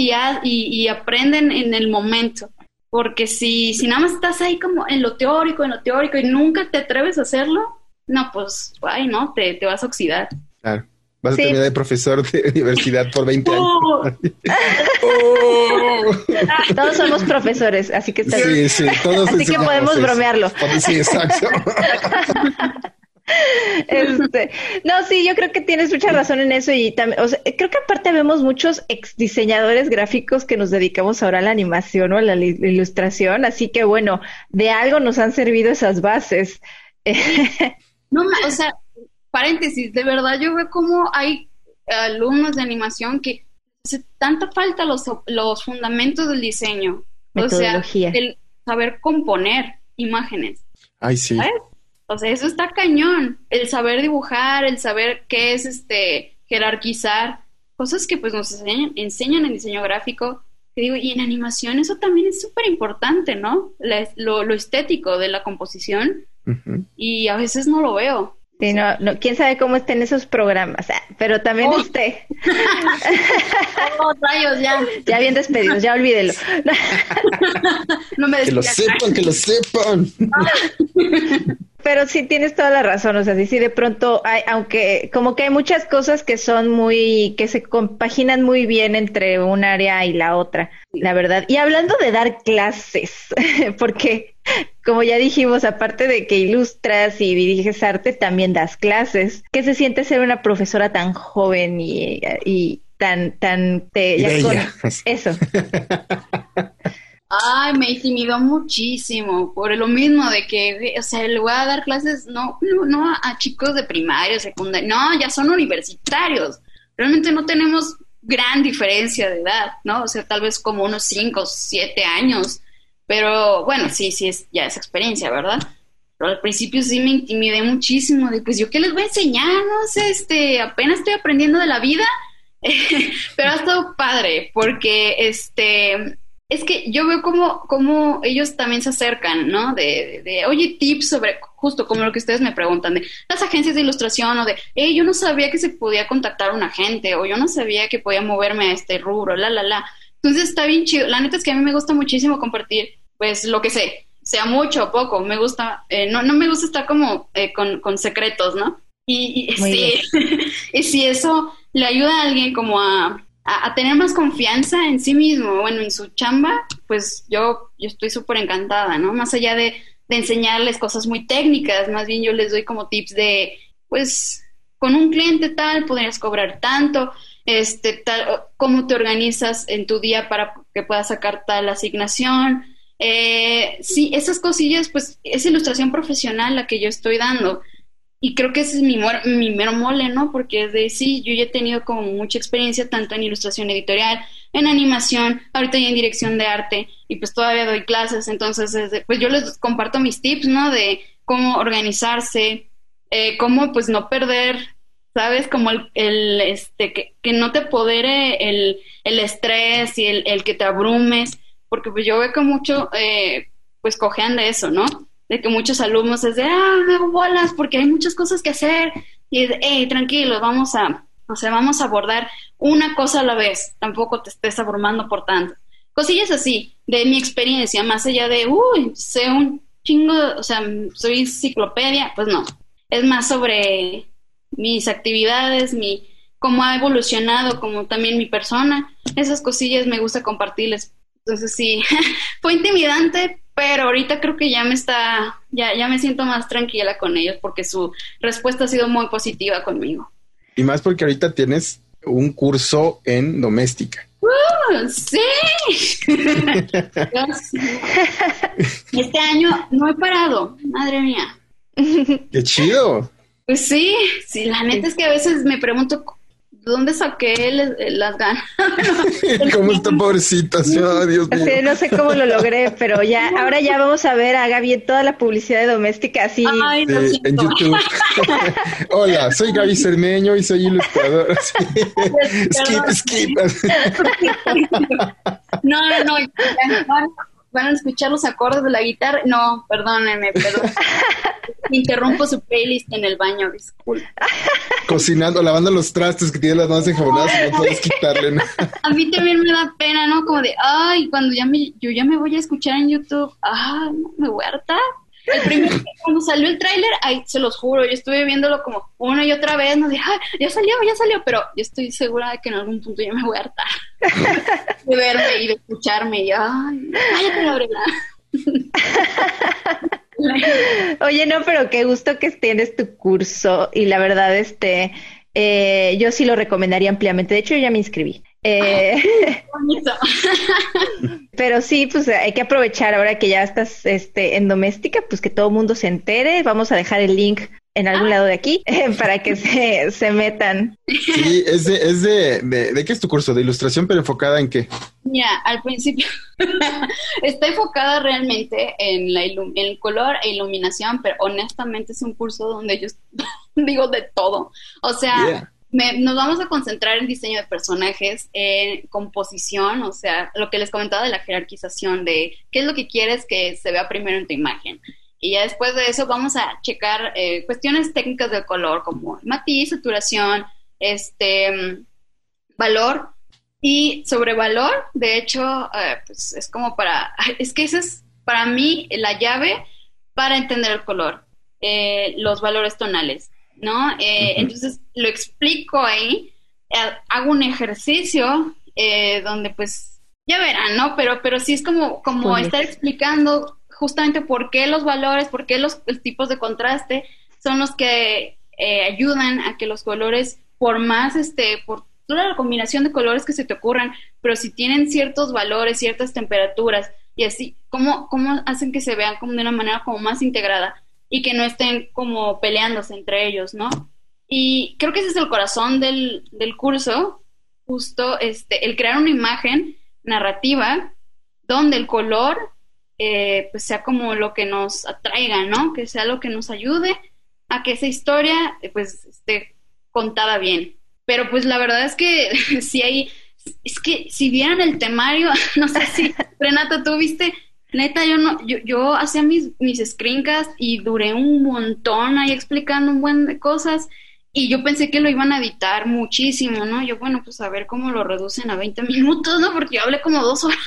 y aprenden en el momento, porque si nada más estás ahí como en lo teórico y nunca te atreves a hacerlo, no, pues, no, te vas a oxidar. Claro. Vas a terminar de profesor de universidad por 20 años. Todos somos profesores, así que está bien. Sí, todos así que podemos bromearlo. Sí, exacto. No, sí, yo creo que tienes mucha razón en eso y también, o sea, creo que aparte vemos muchos ex diseñadores gráficos que nos dedicamos ahora a la animación o a la ilustración, así que bueno, de algo nos han servido esas bases. No, o sea, paréntesis, de verdad yo veo como hay alumnos de animación que hace tanta falta los fundamentos del diseño, Metodología. O sea, el saber componer imágenes. Ay, sí. ¿Sabes? O sea, eso está cañón. El saber dibujar, el saber qué es jerarquizar, cosas que pues nos enseñan en diseño gráfico. Que digo, y en animación eso también es súper importante, ¿no? Lo estético de la composición. Uh-huh. Y a veces no lo veo. Sí, no, quién sabe cómo estén esos programas, pero también Oh, rayos, ya. Ya bien despedidos, ya olvídelo. No me Que lo sepan, que lo sepan. Pero sí tienes toda la razón, o sea, sí de pronto hay, aunque como que hay muchas cosas que son que se compaginan muy bien entre un área y la otra, la verdad. Y hablando de dar clases, porque como ya dijimos, aparte de que ilustras y diriges arte, también das clases. ¿Qué se siente ser una profesora tan joven y tan eso? Ay, me intimidó muchísimo por lo mismo de que, o sea, le voy a dar clases no a chicos de primaria, secundaria, no, ya son universitarios. Realmente no tenemos gran diferencia de edad, ¿no? O sea, tal vez como unos 5 o 7 años, pero bueno, sí, ya es experiencia, ¿verdad? Pero al principio sí me intimidé muchísimo de, pues, ¿yo qué les voy a enseñar? No sé, apenas estoy aprendiendo de la vida, pero ha estado padre, porque, es que yo veo como ellos también se acercan, ¿no? De oye, tips sobre, justo como lo que ustedes me preguntan, de las agencias de ilustración, o de, yo no sabía que se podía contactar a un agente, o yo no sabía que podía moverme a este rubro, Entonces está bien chido. La neta es que a mí me gusta muchísimo compartir, pues, lo que sé, sea mucho o poco. Me gusta, no me gusta estar como con secretos, ¿no? Y sí, y si eso le ayuda a alguien como a tener más confianza en sí mismo, bueno, en su chamba, pues yo estoy súper encantada, ¿no? Más allá de enseñarles cosas muy técnicas, más bien yo les doy como tips de, pues, con un cliente tal, podrías cobrar tanto, tal, cómo te organizas en tu día para que puedas sacar tal asignación. Sí, esas cosillas, pues, es ilustración profesional la que yo estoy dando. Y creo que ese es mi mero mole, ¿no? Porque sí, yo ya he tenido como mucha experiencia tanto en ilustración editorial, en animación, ahorita ya en dirección de arte, y pues todavía doy clases, entonces pues yo les comparto mis tips, ¿no? De cómo organizarse, cómo pues no perder, ¿sabes? Como que no te apodere el estrés y el que te abrumes, porque pues yo veo que mucho pues cojean de eso, ¿no? De que muchos alumnos es de, me hago bolas porque hay muchas cosas que hacer, y es de, tranquilo, vamos a abordar una cosa a la vez, tampoco te estés abrumando por tanto. Cosillas así, de mi experiencia, más allá de, sé un chingo, o sea, soy enciclopedia, pues no, es más sobre mis actividades, cómo ha evolucionado, como también mi persona, esas cosillas me gusta compartirles. Entonces sí, fue intimidante, pero ahorita creo que ya me siento más tranquila con ellos porque su respuesta ha sido muy positiva conmigo. Y más porque ahorita tienes un curso en doméstica. ¡Sí! Este año no he parado, madre mía. ¡Qué chido! Pues sí, la neta es que a veces me pregunto, ¿dónde saqué las ganas? ¿Cómo está pobrecita? Dios mío. Sí, no sé cómo lo logré, pero ahora ya vamos a ver a Gaby en toda la publicidad de doméstica así. Ay, en YouTube. Hola, soy Gaby Cermeño y soy ilustradora. Skip. No. Van a escuchar los acordes de la guitarra. No, perdónenme, pero interrumpo su playlist en el baño, disculpe. Cocinando, lavando los trastes que tiene las manos enjabonadas y no puedes quitarle nada. A mí también me da pena, ¿no? Como de, cuando yo ya me voy a escuchar en YouTube, no, me voy a hartar. Cuando salió el tráiler, se los juro, yo estuve viéndolo como una y otra vez, no dije, ya salió, pero yo estoy segura de que en algún punto ya me voy a hartar de verme y de escucharme y cállate, Gabriela. Oye, no, pero qué gusto que tienes tu curso y la verdad, yo sí lo recomendaría ampliamente. De hecho, yo ya me inscribí. Bonito. Pero sí, pues hay que aprovechar ahora que ya estás en Doméstica, pues que todo el mundo se entere. Vamos a dejar el link en algún lado de aquí para que se metan. Sí, ¿de qué es tu curso? ¿De ilustración, pero enfocada en qué? Ya, al principio está enfocada realmente en el color e iluminación, pero honestamente es un curso donde yo digo de todo. O sea, nos vamos a concentrar en diseño de personajes, en composición, o sea, lo que les comentaba de la jerarquización, de qué es lo que quieres que se vea primero en tu imagen. Y ya después de eso vamos a checar cuestiones técnicas del color, como matiz, saturación, valor. Y sobre valor, de hecho, pues es como es que esa es para mí la llave para entender el color, los valores tonales, ¿no? Entonces lo explico ahí, hago un ejercicio donde pues ya verán, ¿no? Pero sí es como estar explicando justamente por qué los valores, por qué los tipos de contraste son los que ayudan a que los colores, por más, por toda la combinación de colores que se te ocurran, pero si tienen ciertos valores, ciertas temperaturas, y así, ¿cómo hacen que se vean como de una manera como más integrada y que no estén como peleándose entre ellos, ¿no? Y creo que ese es el corazón del curso, justo el crear una imagen narrativa donde el color pues sea como lo que nos atraiga, ¿no? Que sea lo que nos ayude a que esa historia pues esté contada bien. Pero pues la verdad es que es que si vieran el temario, no sé si, Renata, tú viste, neta, yo hacía mis screencasts y duré un montón ahí explicando un buen de cosas y yo pensé que lo iban a editar muchísimo, ¿no? Yo, bueno, pues a ver cómo lo reducen a 20 minutos, ¿no? Porque yo hablé como 2 horas.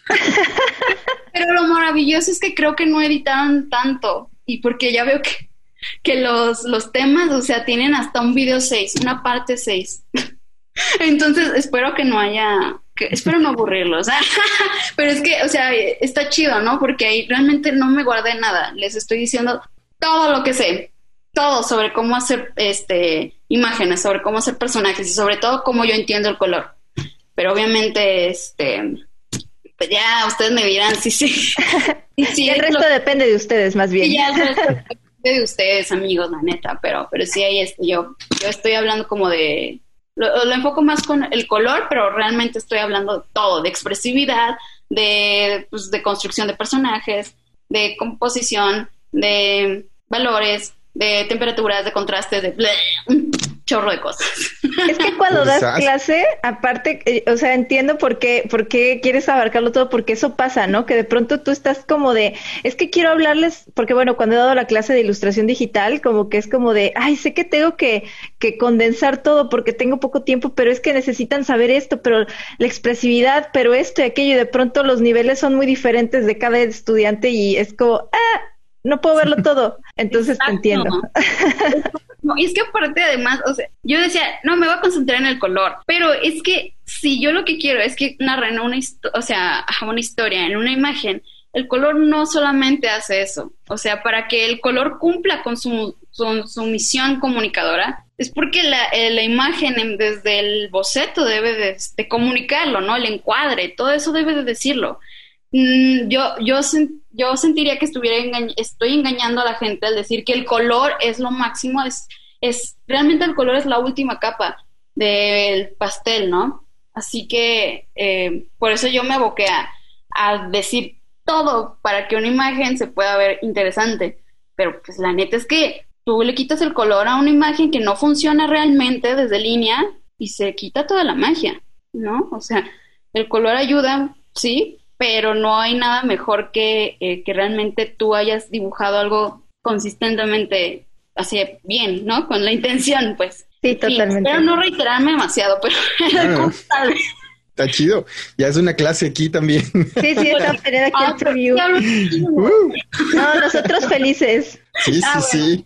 Pero lo maravilloso es que creo que no editaron tanto y porque ya veo que los temas, o sea, tienen hasta un video 6, una parte 6. Entonces espero espero no aburrirlos. Pero es que, o sea, está chido, ¿no? Porque ahí realmente no me guardé nada. Les estoy diciendo todo lo que sé, todo sobre cómo hacer imágenes, sobre cómo hacer personajes y sobre todo cómo yo entiendo el color. Pero obviamente, pues ya ustedes me dirán, sí. El resto depende de ustedes, más bien. Sí, ya el resto depende de ustedes, amigos, la neta, pero sí ahí yo estoy hablando como de... Lo enfoco más con el color, pero realmente estoy hablando de todo, de expresividad, de construcción de personajes, de composición, de valores, de temperaturas, de contrastes, de un chorro de cosas. Es que cuando das clase, aparte, o sea, entiendo por qué quieres abarcarlo todo, porque eso pasa, ¿no? Que de pronto tú estás como es que quiero hablarles, porque bueno, cuando he dado la clase de ilustración digital, como que es como ay, sé que tengo que condensar todo porque tengo poco tiempo, pero es que necesitan saber esto, pero la expresividad, pero esto y aquello, y de pronto los niveles son muy diferentes de cada estudiante y es como, no puedo verlo todo. Entonces Exacto. Te entiendo. No, y es que aparte además, o sea, yo decía, no, me voy a concentrar en el color, pero es que si yo lo que quiero es que narren una historia en una imagen, el color no solamente hace eso, o sea, para que el color cumpla con su misión comunicadora, es porque la imagen desde el boceto debe de comunicarlo, ¿no? El encuadre, todo eso debe de decirlo. Yo sentiría que estoy engañando a la gente al decir que el color es lo máximo, realmente el color es la última capa del pastel, ¿no? Así que por eso yo me aboqué a decir todo para que una imagen se pueda ver interesante, pero pues la neta es que tú le quitas el color a una imagen que no funciona realmente desde línea y se quita toda la magia, ¿no? O sea, el color ayuda, sí, pero no hay nada mejor que realmente tú hayas dibujado algo consistentemente así bien, ¿no? Con la intención, pues. Sí, totalmente. Espero no reiterarme demasiado, pero está chido. Ya es una clase aquí también. Sí, está tener aquí el preview. No, nosotros felices. Sí, sí.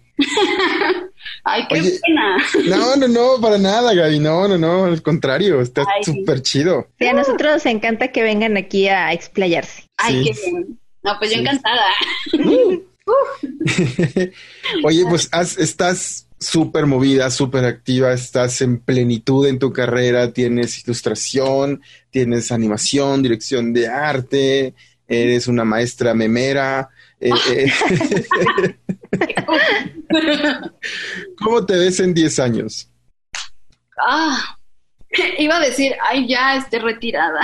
Ay, qué pena. No, para nada, Gaby. No, al contrario, está súper chido. Sí, a nosotros nos encanta que vengan aquí a explayarse. Ay, qué bien. No, pues yo encantada. Oye, pues estás súper movida, súper activa, estás en plenitud en tu carrera, tienes ilustración, tienes animación, dirección de arte, eres una maestra memera. ¿Cómo te ves en 10 años? Iba a decir, ay, ya estoy retirada.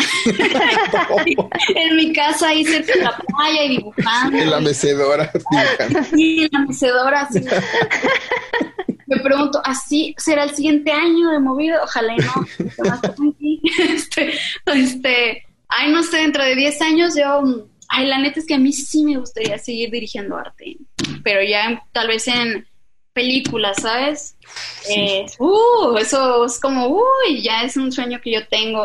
En mi casa ahí cerca de la playa y dibujando. En la mecedora. Sí, en la mecedora. Sí. Me pregunto, ¿así será el siguiente año de movido? Ojalá y no. Ay, no sé, dentro de 10 años ay, la neta es que a mí sí me gustaría seguir dirigiendo arte, pero ya tal vez en películas, ¿sabes? Sí. Eso es como, ya es un sueño que yo tengo.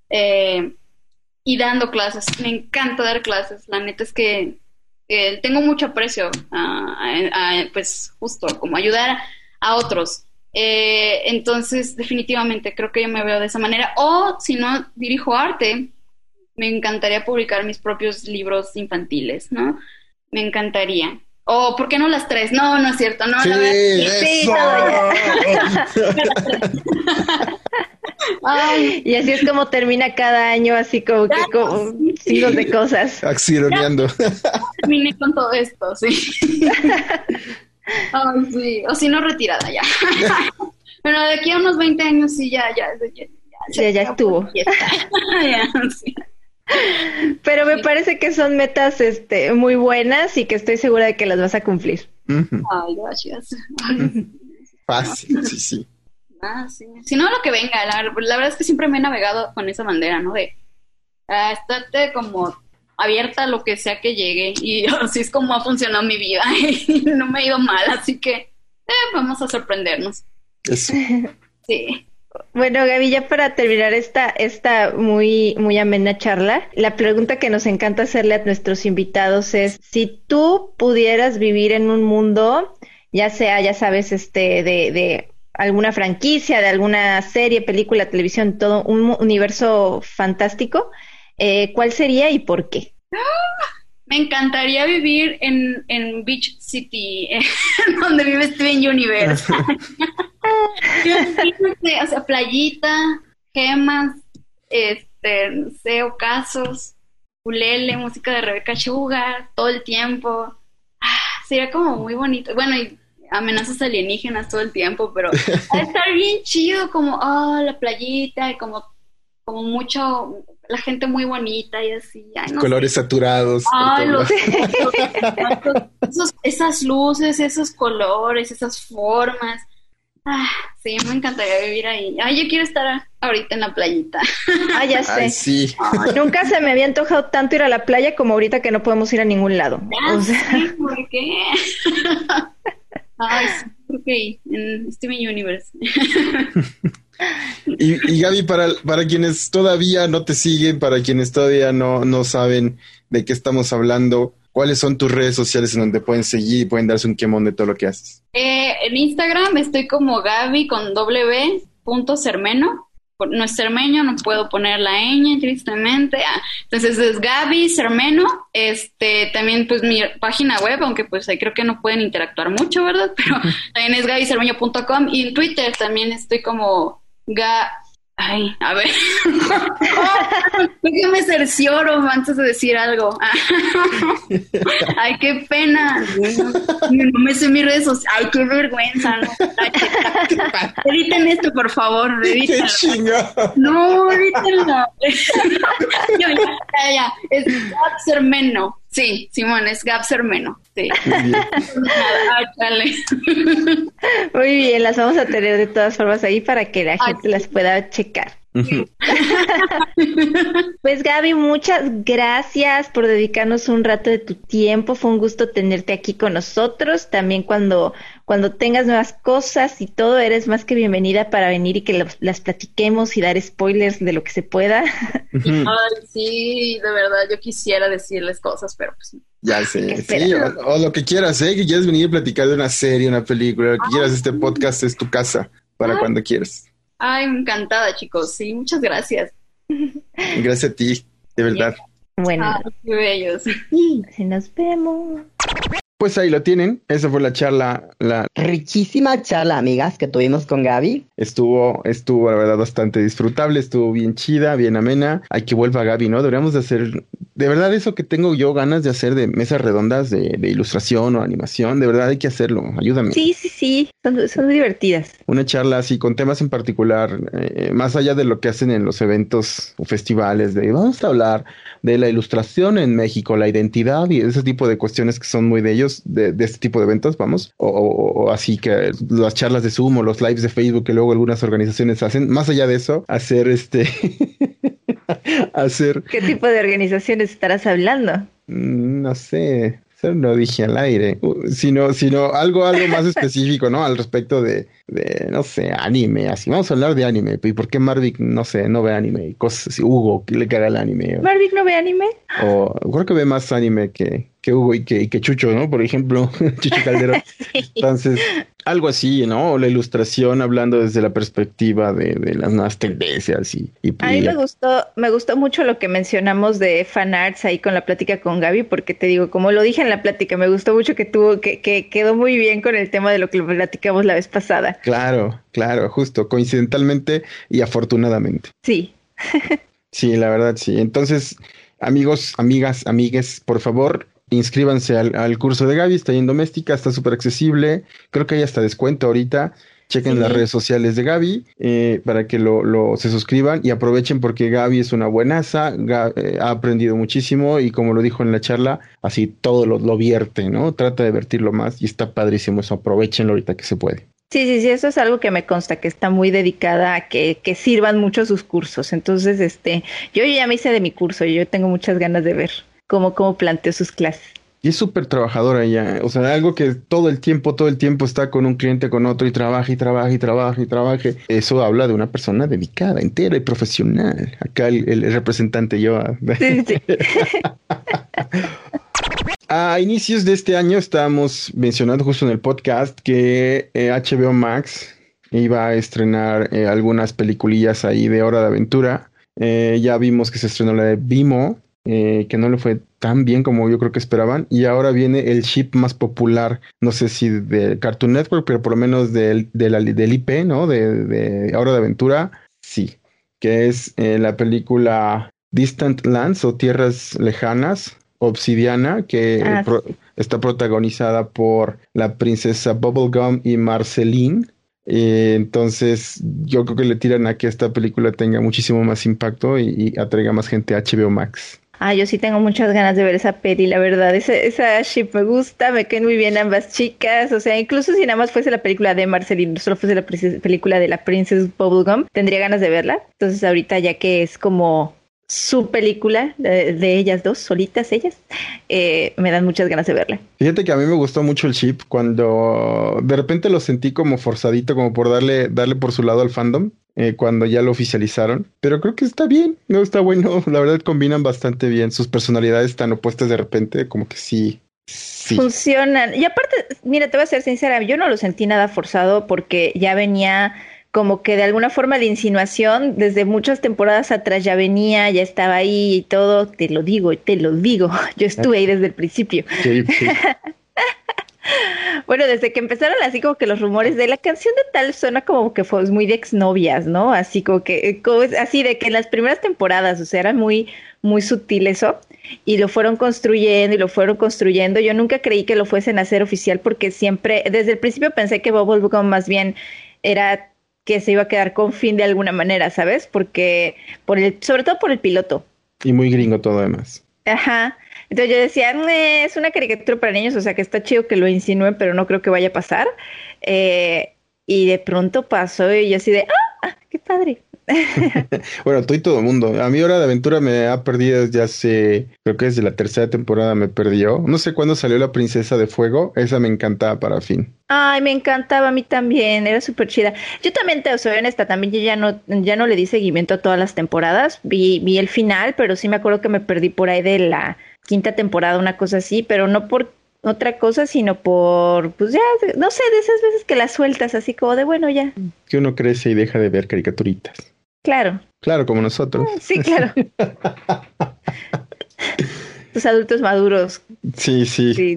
Y dando clases, me encanta dar clases. La neta es que tengo mucho aprecio pues justo como ayudar a otros. Entonces, definitivamente creo que yo me veo de esa manera. O si no dirijo arte, me encantaría publicar mis propios libros infantiles, ¿no? Me encantaría. O, ¿por qué no las 3? No, no es cierto. No, sí, la verdad, sí, Ay, y así es como termina cada año, así como que como siglos de cosas. Axironeando. Terminé con todo esto, sí. Ay, sí. O si no, retirada ya. Bueno, de aquí a unos 20 años sí, ya estuvo. Ya, sí. Pero me parece que son metas muy buenas y que estoy segura de que las vas a cumplir. Ay, gracias. Fácil, sí. Sí. Si no, lo que venga. La verdad es que siempre me he navegado con esa bandera, ¿no? De estate como abierta a lo que sea que llegue. Y así es como ha funcionado mi vida. Y no me ha ido mal, así que vamos a sorprendernos. Eso. Sí. Bueno, Gaby, ya para terminar esta muy, muy amena charla, la pregunta que nos encanta hacerle a nuestros invitados es, si tú pudieras vivir en un mundo, ya sea, ya sabes, de alguna franquicia, de alguna serie, película, televisión, todo un universo fantástico, ¿cuál sería y por qué? Me encantaría vivir en Beach City, donde vive Steven Universe. O sea, playita, gemas, no sé, ocasos, ukulele, música de Rebecca Sugar, todo el tiempo. Sería como muy bonito. Bueno, y amenazas alienígenas todo el tiempo, pero va a estar bien chido, como, la playita, y como mucho, la gente muy bonita y así. Ay, no colores sé. saturados. Esas luces, esos colores, esas formas. Sí, me encantaría vivir ahí. Yo quiero estar ahorita en la playita. Ya sé. Ay, sí. Nunca se me había antojado tanto ir a la playa como ahorita que no podemos ir a ningún lado. Sí, ¿por qué? Sí, porque en Steven Universe. Y Gaby, para quienes todavía no te siguen, para quienes todavía no saben de qué estamos hablando, ¿cuáles son tus redes sociales en donde pueden seguir y pueden darse un quemón de todo lo que haces? En Instagram estoy como Gaby con w.cermeno. No es cermeño, no puedo poner la ñ, tristemente. Entonces es Gaby Cermeno. También pues mi página web, aunque pues ahí creo que no pueden interactuar mucho, ¿verdad? Pero también es gabycermeño.com. Y en Twitter también estoy como a ver. Déjame cercioro antes de decir algo. Ay, qué pena. No me sé mis redes sociales. Ay, qué vergüenza, ¿no? Editen esto, por favor. Edítenlo. ¡Qué chingado! No, edítenlo. Ya. Es Gab Cermeno. Sí, Simón, es Gab Cermeno. Sí. Dale. Muy bien, las vamos a tener de todas formas ahí para que la gente las pueda checar. Pues Gaby, muchas gracias por dedicarnos un rato de tu tiempo. Fue un gusto tenerte aquí con nosotros. También cuando tengas nuevas cosas y todo, eres más que bienvenida para venir y que las platiquemos y dar spoilers de lo que se pueda. Ay, sí, de verdad, yo quisiera decirles cosas, pero pues ya sé, sí, o lo que quieras, que quieras venir a platicar de una serie, una película, lo que quieras, este podcast es tu casa para cuando quieras. Ay, encantada, chicos, sí, muchas gracias. Gracias a ti, de verdad. Bueno, qué bellos. Nos vemos. Pues ahí lo tienen. Esa fue la charla, Riquísima charla, amigas, que tuvimos con Gaby. Estuvo, la verdad, bastante disfrutable, estuvo bien chida, bien amena. Hay que vuelva Gaby, ¿no? Deberíamos de hacer, de verdad, eso que tengo yo ganas de hacer de mesas redondas de ilustración o animación, de verdad hay que hacerlo, ayúdame. Sí, son muy divertidas. Una charla así con temas en particular, más allá de lo que hacen en los eventos o festivales, de vamos a hablar de la ilustración en México, la identidad y ese tipo de cuestiones que son muy de ellos, de este tipo de eventos, vamos, o así que las charlas de Zoom o los lives de Facebook que luego algunas organizaciones hacen, más allá de eso, hacer hacer... ¿Qué tipo de organizaciones estarás hablando? No sé, eso no dije al aire, sino algo más específico, ¿no? Al respecto de, no sé, anime, así, vamos a hablar de anime, ¿y por qué Marvick, no sé, no ve anime? Y cosas así, Hugo, que le caga el anime. ¿Marvick no ve anime? O creo que ve más anime que Hugo y que Chucho, ¿no? Por ejemplo, Chucho Calderón. Sí. Entonces, algo así, ¿no? La ilustración hablando desde la perspectiva de las nuevas tendencias y a mí me gustó mucho lo que mencionamos de fan arts ahí con la plática con Gaby, porque te digo, como lo dije en la plática, me gustó mucho que quedó muy bien con el tema de lo que platicamos la vez pasada. Claro, justo, coincidentalmente y afortunadamente. Sí. Sí, la verdad, sí. Entonces, amigos, amigas, amigues, por favor, inscríbanse al curso de Gaby, está ahí en Doméstica, está súper accesible, creo que hay hasta descuento ahorita. Chequen las redes sociales de Gaby para que se suscriban y aprovechen porque Gaby es una buenaza, ha aprendido muchísimo y como lo dijo en la charla, así todo lo vierte, ¿no? Trata de vertirlo más y está padrísimo eso, aprovechenlo ahorita que se puede. Sí, eso es algo que me consta, que está muy dedicada a que sirvan mucho sus cursos. Entonces, yo ya me hice de mi curso y yo tengo muchas ganas de ver cómo planteó sus clases. Y es súper trabajadora ella, o sea, algo que todo el tiempo está con un cliente, con otro y trabaja. Eso habla de una persona dedicada, entera y profesional. Acá el representante yo. Sí. A inicios de este año estábamos mencionando justo en el podcast que HBO Max iba a estrenar algunas peliculillas ahí de Hora de Aventura. Ya vimos que se estrenó la de Vimo, que no le fue tan bien como yo creo que esperaban, y ahora viene el chip más popular, no sé si de Cartoon Network, pero por lo menos del IP, ¿no? De Hora de Aventura, sí, que es la película Distant Lands o Tierras Lejanas, Obsidiana, que está protagonizada por la princesa Bubblegum y Marceline. Entonces yo creo que le tiran a que esta película tenga muchísimo más impacto y atraiga más gente a HBO Max. Yo sí tengo muchas ganas de ver esa peli, la verdad, esa ship me gusta, me caen muy bien ambas chicas, o sea, incluso si nada más fuese la película de Marceline, no solo fuese la película de la Princess Bubblegum, tendría ganas de verla. Entonces ahorita ya que es como su película de ellas dos, solitas ellas, me dan muchas ganas de verla. Fíjate que a mí me gustó mucho el ship cuando de repente lo sentí como forzadito, como por darle por su lado al fandom, cuando ya lo oficializaron, pero creo que está bien, no está bueno, la verdad combinan bastante bien sus personalidades tan opuestas de repente, como que sí. Funcionan, y aparte, mira, te voy a ser sincera, yo no lo sentí nada forzado porque ya venía como que de alguna forma la insinuación desde muchas temporadas atrás ya venía, ya estaba ahí y todo, te lo digo, yo estuve ahí desde el principio. Sí. Bueno, desde que empezaron así como que los rumores de la canción de tal suena como que fue muy de exnovias, ¿no? Así como así de que en las primeras temporadas, o sea, era muy, muy sutil eso, y lo fueron construyendo. Yo nunca creí que lo fuesen a hacer oficial porque siempre, desde el principio pensé que Bubblegum más bien era que se iba a quedar con Finn de alguna manera, ¿sabes? Porque sobre todo por el piloto. Y muy gringo todo además. Ajá. Entonces yo decía, es una caricatura para niños, o sea que está chido que lo insinúen, pero no creo que vaya a pasar. Y de pronto pasó y yo así de, qué padre. Bueno, tú y todo el mundo. A mí Hora de Aventura me ha perdido desde hace, creo que desde la tercera temporada me perdió. No sé cuándo salió La Princesa de Fuego, esa me encantaba para Finn. Ay, me encantaba a mí también, era súper chida. Yo también te soy honesta, también yo ya no le di seguimiento a todas las temporadas, vi el final, pero sí me acuerdo que me perdí por ahí de la quinta temporada, una cosa así, pero no por otra cosa, sino por, pues ya, no sé, de esas veces que las sueltas así como de, bueno, ya. Que uno crece y deja de ver caricaturitas. Claro. Claro, como nosotros. Sí, claro. Los adultos maduros Sí, sí. Sí.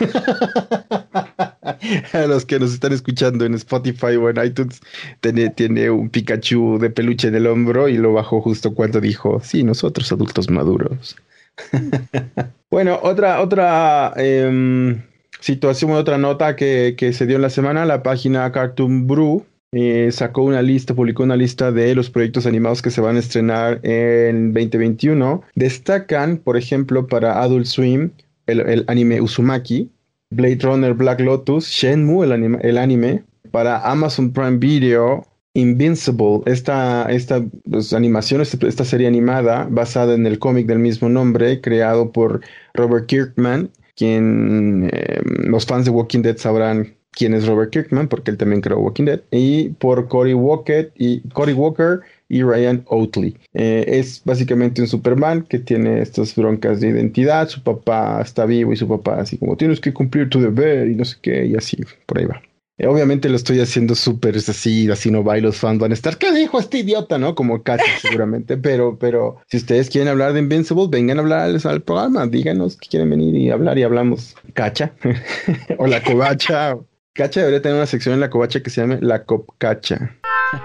A los que nos están escuchando en Spotify o en iTunes, tiene un Pikachu de peluche en el hombro y lo bajó justo cuando dijo, sí, nosotros adultos maduros. Bueno, otra situación, otra nota que se dio en la semana, la página Cartoon Brew publicó una lista de los proyectos animados que se van a estrenar en 2021. Destacan, por ejemplo, para Adult Swim, el anime Uzumaki, Blade Runner Black Lotus, Shenmue, el anime, para Amazon Prime Video, Invincible, esta pues, animación, esta serie animada basada en el cómic del mismo nombre, creado por Robert Kirkman, quien los fans de Walking Dead sabrán quién es Robert Kirkman, porque él también creó Walking Dead, y por Cory Walker y Ryan Oatley. Es básicamente un Superman que tiene estas broncas de identidad, su papá está vivo y su papá así como tienes que cumplir tu deber y no sé qué, y así, por ahí va. Obviamente lo estoy haciendo súper así no va y los fans van a estar, ¿qué dijo este idiota? ¿No? Como Cacha seguramente, pero si ustedes quieren hablar de Invincible, vengan a hablar al programa, díganos que quieren venir y hablar y hablamos. Cacha, o la covacha. Cacha debería tener una sección en la covacha que se llame La Copcacha.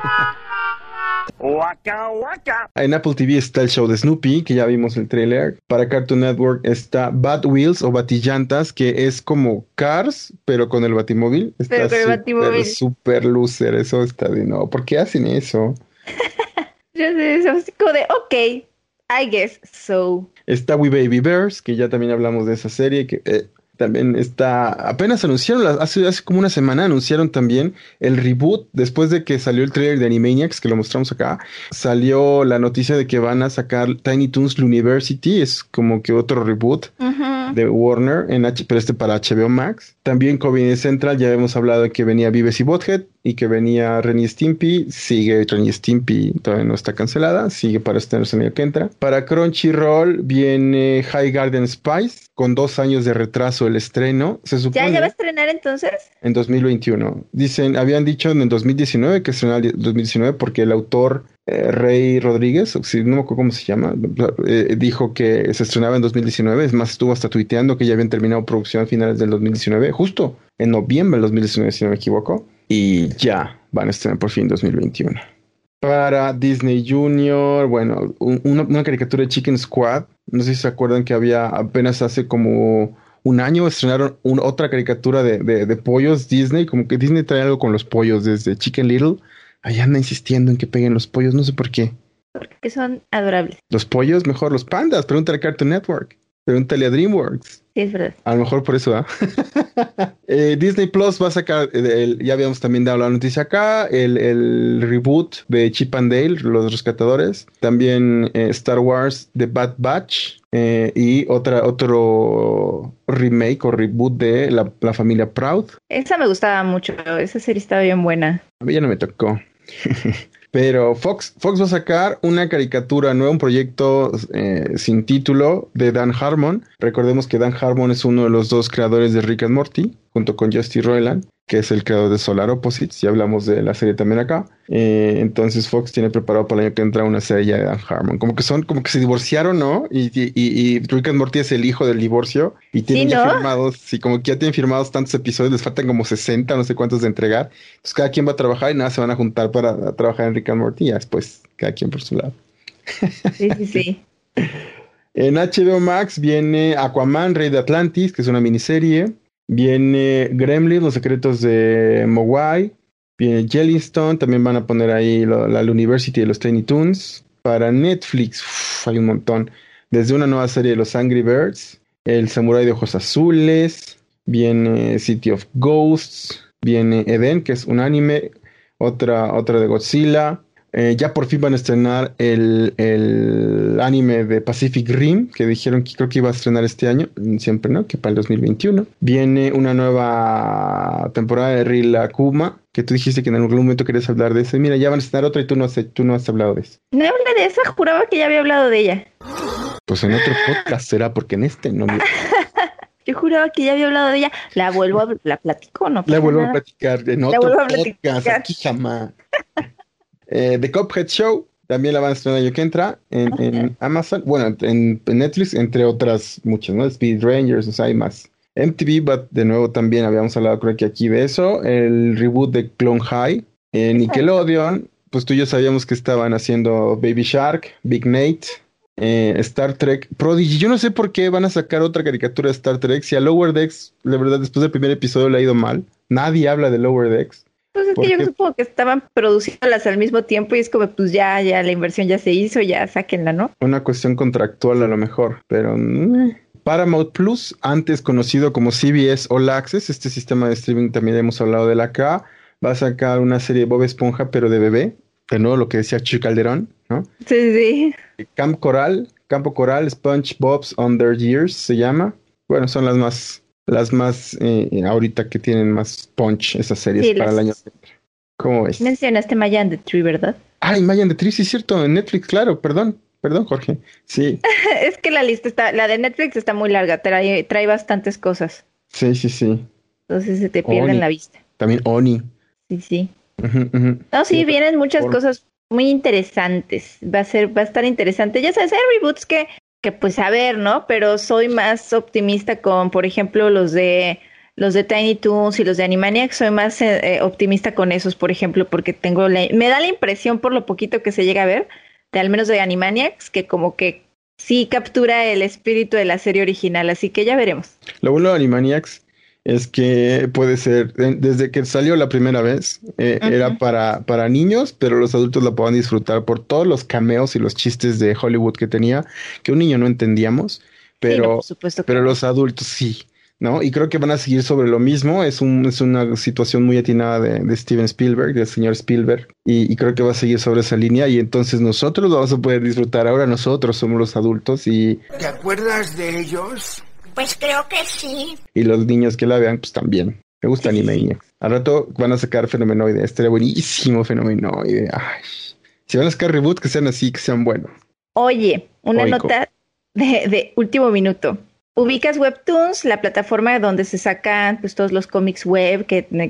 Waka waka. En Apple TV está el show de Snoopy, que ya vimos el tráiler. Para Cartoon Network está Bat Wheels o Batillantas, que es como Cars, pero con el Batimóvil. Pero con el Batimóvil. Super loser, eso está de no. ¿Por qué hacen eso? Yo sé, eso es como de, ok, I guess so. Está We Baby Bears, que ya también hablamos de esa serie, que también está, apenas anunciaron, hace como una semana anunciaron también el reboot, después de que salió el trailer de Animaniacs, que lo mostramos acá, salió la noticia de que van a sacar Tiny Toons University, es como que otro reboot de Warner, pero para HBO Max. También Comedy Central, ya hemos hablado de que venía Beavis y Butthead, y que venía Ren y Stimpy, sigue Ren y Stimpy, todavía no está cancelada, sigue para estrenarse el año que entra. Para Crunchyroll viene High Garden Spice, con 2 años de retraso el estreno, se supone. ¿Ya va a estrenar entonces? En 2021. Habían dicho en el 2019 que estrenaba en 2019 porque el autor Rey Rodríguez, si no me acuerdo cómo se llama, dijo que se estrenaba en 2019, es más, estuvo hasta tuiteando que ya habían terminado producción a finales del 2019, justo en noviembre del 2019, si no me equivoco. Y ya van a estrenar por fin 2021. Para Disney Junior, bueno, una caricatura de Chicken Squad. No sé si se acuerdan que había apenas hace como un año estrenaron otra caricatura de pollos Disney. Como que Disney trae algo con los pollos desde Chicken Little. Allá anda insistiendo en que peguen los pollos, no sé por qué. Porque son adorables. Los pollos, mejor los pandas. Pregúntale a Cartoon Network. Pregúntale a DreamWorks. Sí, es verdad. A lo mejor por eso, Disney Plus va a sacar, ya habíamos también dado la noticia acá, el reboot de Chip and Dale, Los Rescatadores. También Star Wars The Bad Batch. Y otro remake o reboot de la familia Proud. Esa me gustaba mucho, esa serie estaba bien buena. A mí ya no me tocó. Pero Fox va a sacar una caricatura nueva, un proyecto sin título de Dan Harmon. Recordemos que Dan Harmon es uno de los 2 creadores de Rick and Morty, junto con Justin Roiland, que es el creador de Solar Opposites. Ya hablamos de la serie también acá. Entonces Fox tiene preparado para el año que entra una serie de Dan Harmon. Como que se divorciaron, ¿no? Y Rick and Morty es el hijo del divorcio. Y tienen ya firmados, sí, como que ya tienen firmados tantos episodios, les faltan como 60, no sé cuántos de entregar. Entonces cada quien va a trabajar y nada, se van a juntar para trabajar en Rick and Morty. Y ya después cada quien por su lado. Sí. En HBO Max viene Aquaman, Rey de Atlantis, que es una miniserie. Viene Gremlins, Los Secretos de Mogwai. Viene Yellowstone. También van a poner ahí la University de los Tiny Toons. Para Netflix, hay un montón. Desde una nueva serie de los Angry Birds. El Samurái de Ojos Azules. Viene City of Ghosts. Viene Eden, que es un anime. Otra de Godzilla. Ya por fin van a estrenar el anime de Pacific Rim, que dijeron que creo que iba a estrenar este año, siempre no, que para el 2021. Viene una nueva temporada de Rila Kuma, que tú dijiste que en algún momento querías hablar de eso. Y mira, ya van a estrenar otra y tú no has hablado de eso. No hablé de esa, juraba que ya había hablado de ella. Pues en otro podcast será, porque en este no me... Yo juraba que ya había hablado de ella. ¿La platico o no? La vuelvo a platicar en otro podcast, aquí jamás. The Cuphead Show, también la van a estrenar el año que entra en Amazon, bueno, en Netflix, entre otras muchas, ¿no? Speed Rangers, o sea, hay más. MTV, de nuevo también habíamos hablado creo que aquí de eso, el reboot de Clone High, Nickelodeon, pues tú y yo sabíamos que estaban haciendo Baby Shark, Big Nate, Star Trek, Prodigy. Yo no sé por qué van a sacar otra caricatura de Star Trek, si a Lower Decks, la verdad, después del primer episodio le ha ido mal, nadie habla de Lower Decks. Pues es que yo supongo que estaban produciéndolas al mismo tiempo y es como, pues ya la inversión ya se hizo, ya sáquenla, ¿no? Una cuestión contractual a lo mejor, pero... Paramount Plus, antes conocido como CBS All Access, este sistema de streaming también hemos hablado de la acá, va a sacar una serie de Bob Esponja, pero de bebé, de nuevo lo que decía Chuck Calderón, ¿no? Sí. Campo Coral, SpongeBob's Under Years se llama. Bueno, son las más ahorita que tienen más punch esas series sí, para el año. ¿Cómo ves? Mencionaste Maya and the Tree, ¿verdad? Ay, Maya and the Tree, sí es cierto, en Netflix, claro, perdón, Jorge, sí. Es que la de Netflix está muy larga, trae bastantes cosas. Sí. Entonces se te pierde en la vista. También Oni. Sí. Uh-huh. No, sí, vienen muchas cosas muy interesantes. Va a estar interesante. Ya sabes, hay reboots que pues a ver, ¿no? Pero soy más optimista con, por ejemplo, los de Tiny Toons y los de Animaniacs. Soy más optimista con esos, por ejemplo, porque me da la impresión por lo poquito que se llega a ver, de al menos de Animaniacs, que como que sí captura el espíritu de la serie original, así que ya veremos. Lo bueno de Animaniacs es que puede ser, desde que salió la primera vez, era para niños, pero los adultos la puedan disfrutar por todos los cameos y los chistes de Hollywood que tenía, que un niño no entendíamos, pero, sí, no, por supuesto que pero los adultos sí. ¿No? Y creo que van a seguir sobre lo mismo. Es una situación muy atinada de Steven Spielberg, del señor Spielberg. Y creo que va a seguir sobre esa línea. Y entonces nosotros lo vamos a poder disfrutar. Ahora nosotros somos los adultos y... ¿Te acuerdas de ellos? Pues creo que sí. Y los niños que la vean, pues también. Me gusta Animaniacs. Al rato van a sacar Fenomenoide. Estaría buenísimo Fenomenoide. Ay. Si van a sacar reboot, que sean así, que sean buenos. Oye, una nota de último minuto. ¿Ubicas Webtoons, la plataforma donde se sacan pues todos los cómics web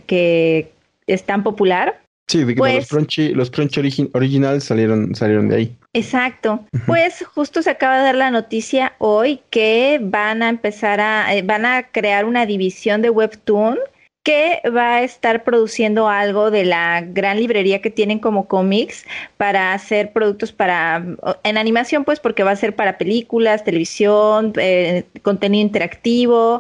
que es tan popular? Sí, pues, los Crunchy Originals salieron de ahí. Exacto. Pues justo se acaba de dar la noticia hoy que van a crear una división de Webtoon que va a estar produciendo algo de la gran librería que tienen como cómics para hacer productos en animación, pues porque va a ser para películas, televisión, contenido interactivo.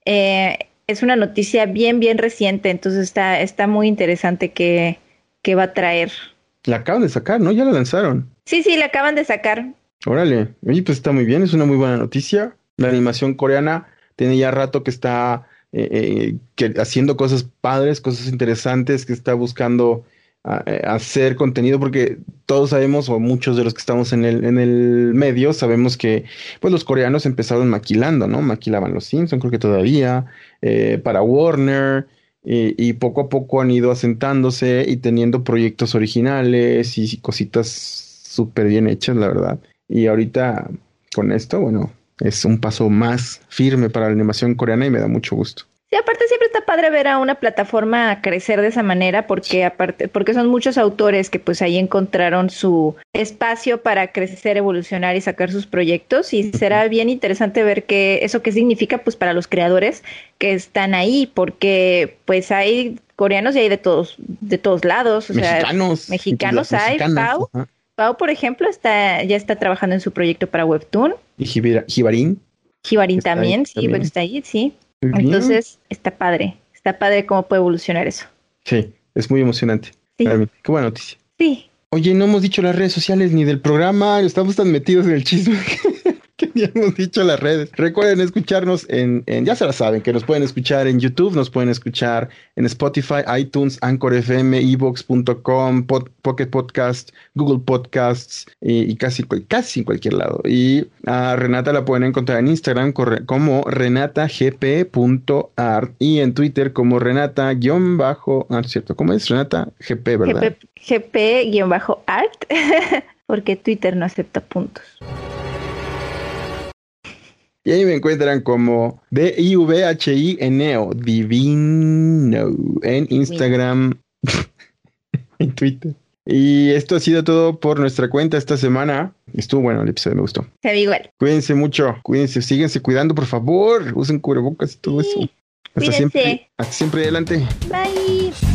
Es una noticia bien reciente, entonces está muy interesante que va a traer. La acaban de sacar, ¿no? Ya la lanzaron. Sí, la acaban de sacar. Órale, oye, pues está muy bien, es una muy buena noticia. La animación coreana tiene ya rato que está... que haciendo cosas padres, cosas interesantes, que está buscando hacer contenido, porque todos sabemos, o muchos de los que estamos en el medio, sabemos que pues los coreanos empezaron maquilando, ¿no? Maquilaban los Simpsons, creo que todavía, para Warner, y poco a poco han ido asentándose y teniendo proyectos originales y cositas súper bien hechas, la verdad. Y ahorita con esto, bueno... es un paso más firme para la animación coreana y me da mucho gusto. Sí, aparte siempre está padre ver a una plataforma crecer de esa manera porque son muchos autores que pues ahí encontraron su espacio para crecer, evolucionar y sacar sus proyectos y será bien interesante ver qué significa pues para los creadores que están ahí porque pues hay coreanos y hay de todos lados, o mexicanos hay, Pau, por ejemplo, ya está trabajando en su proyecto para Webtoon. Y Jibarín. Jibarín también, sí, bueno, está ahí, sí. Entonces, está padre cómo puede evolucionar eso. Sí, es muy emocionante. Sí. Qué buena noticia. Sí. Oye, no hemos dicho las redes sociales ni del programa, estamos tan metidos en el chisme que ni hemos dicho las redes. Recuerden escucharnos ya se la saben, que nos pueden escuchar en YouTube, nos pueden escuchar en Spotify, iTunes, Anchor FM, evox.com, Pocket Podcast, Google Podcasts y casi en cualquier lado. Y a Renata la pueden encontrar en Instagram como renatagp.art y en Twitter como Renata-, ¿cierto? ¿Cómo es? Renata GP, ¿verdad? GP-art, porque Twitter no acepta puntos. Y ahí me encuentran como DIVHINEO, Divino, en Instagram, en Twitter. Y esto ha sido todo por nuestra cuenta esta semana. Estuvo bueno el episodio, me gustó. Se ve igual. Cuídense mucho, cuídense, síguense cuidando, por favor. Usen cubrebocas y todo eso. Hasta Cuídense. siempre, hasta siempre adelante. Bye.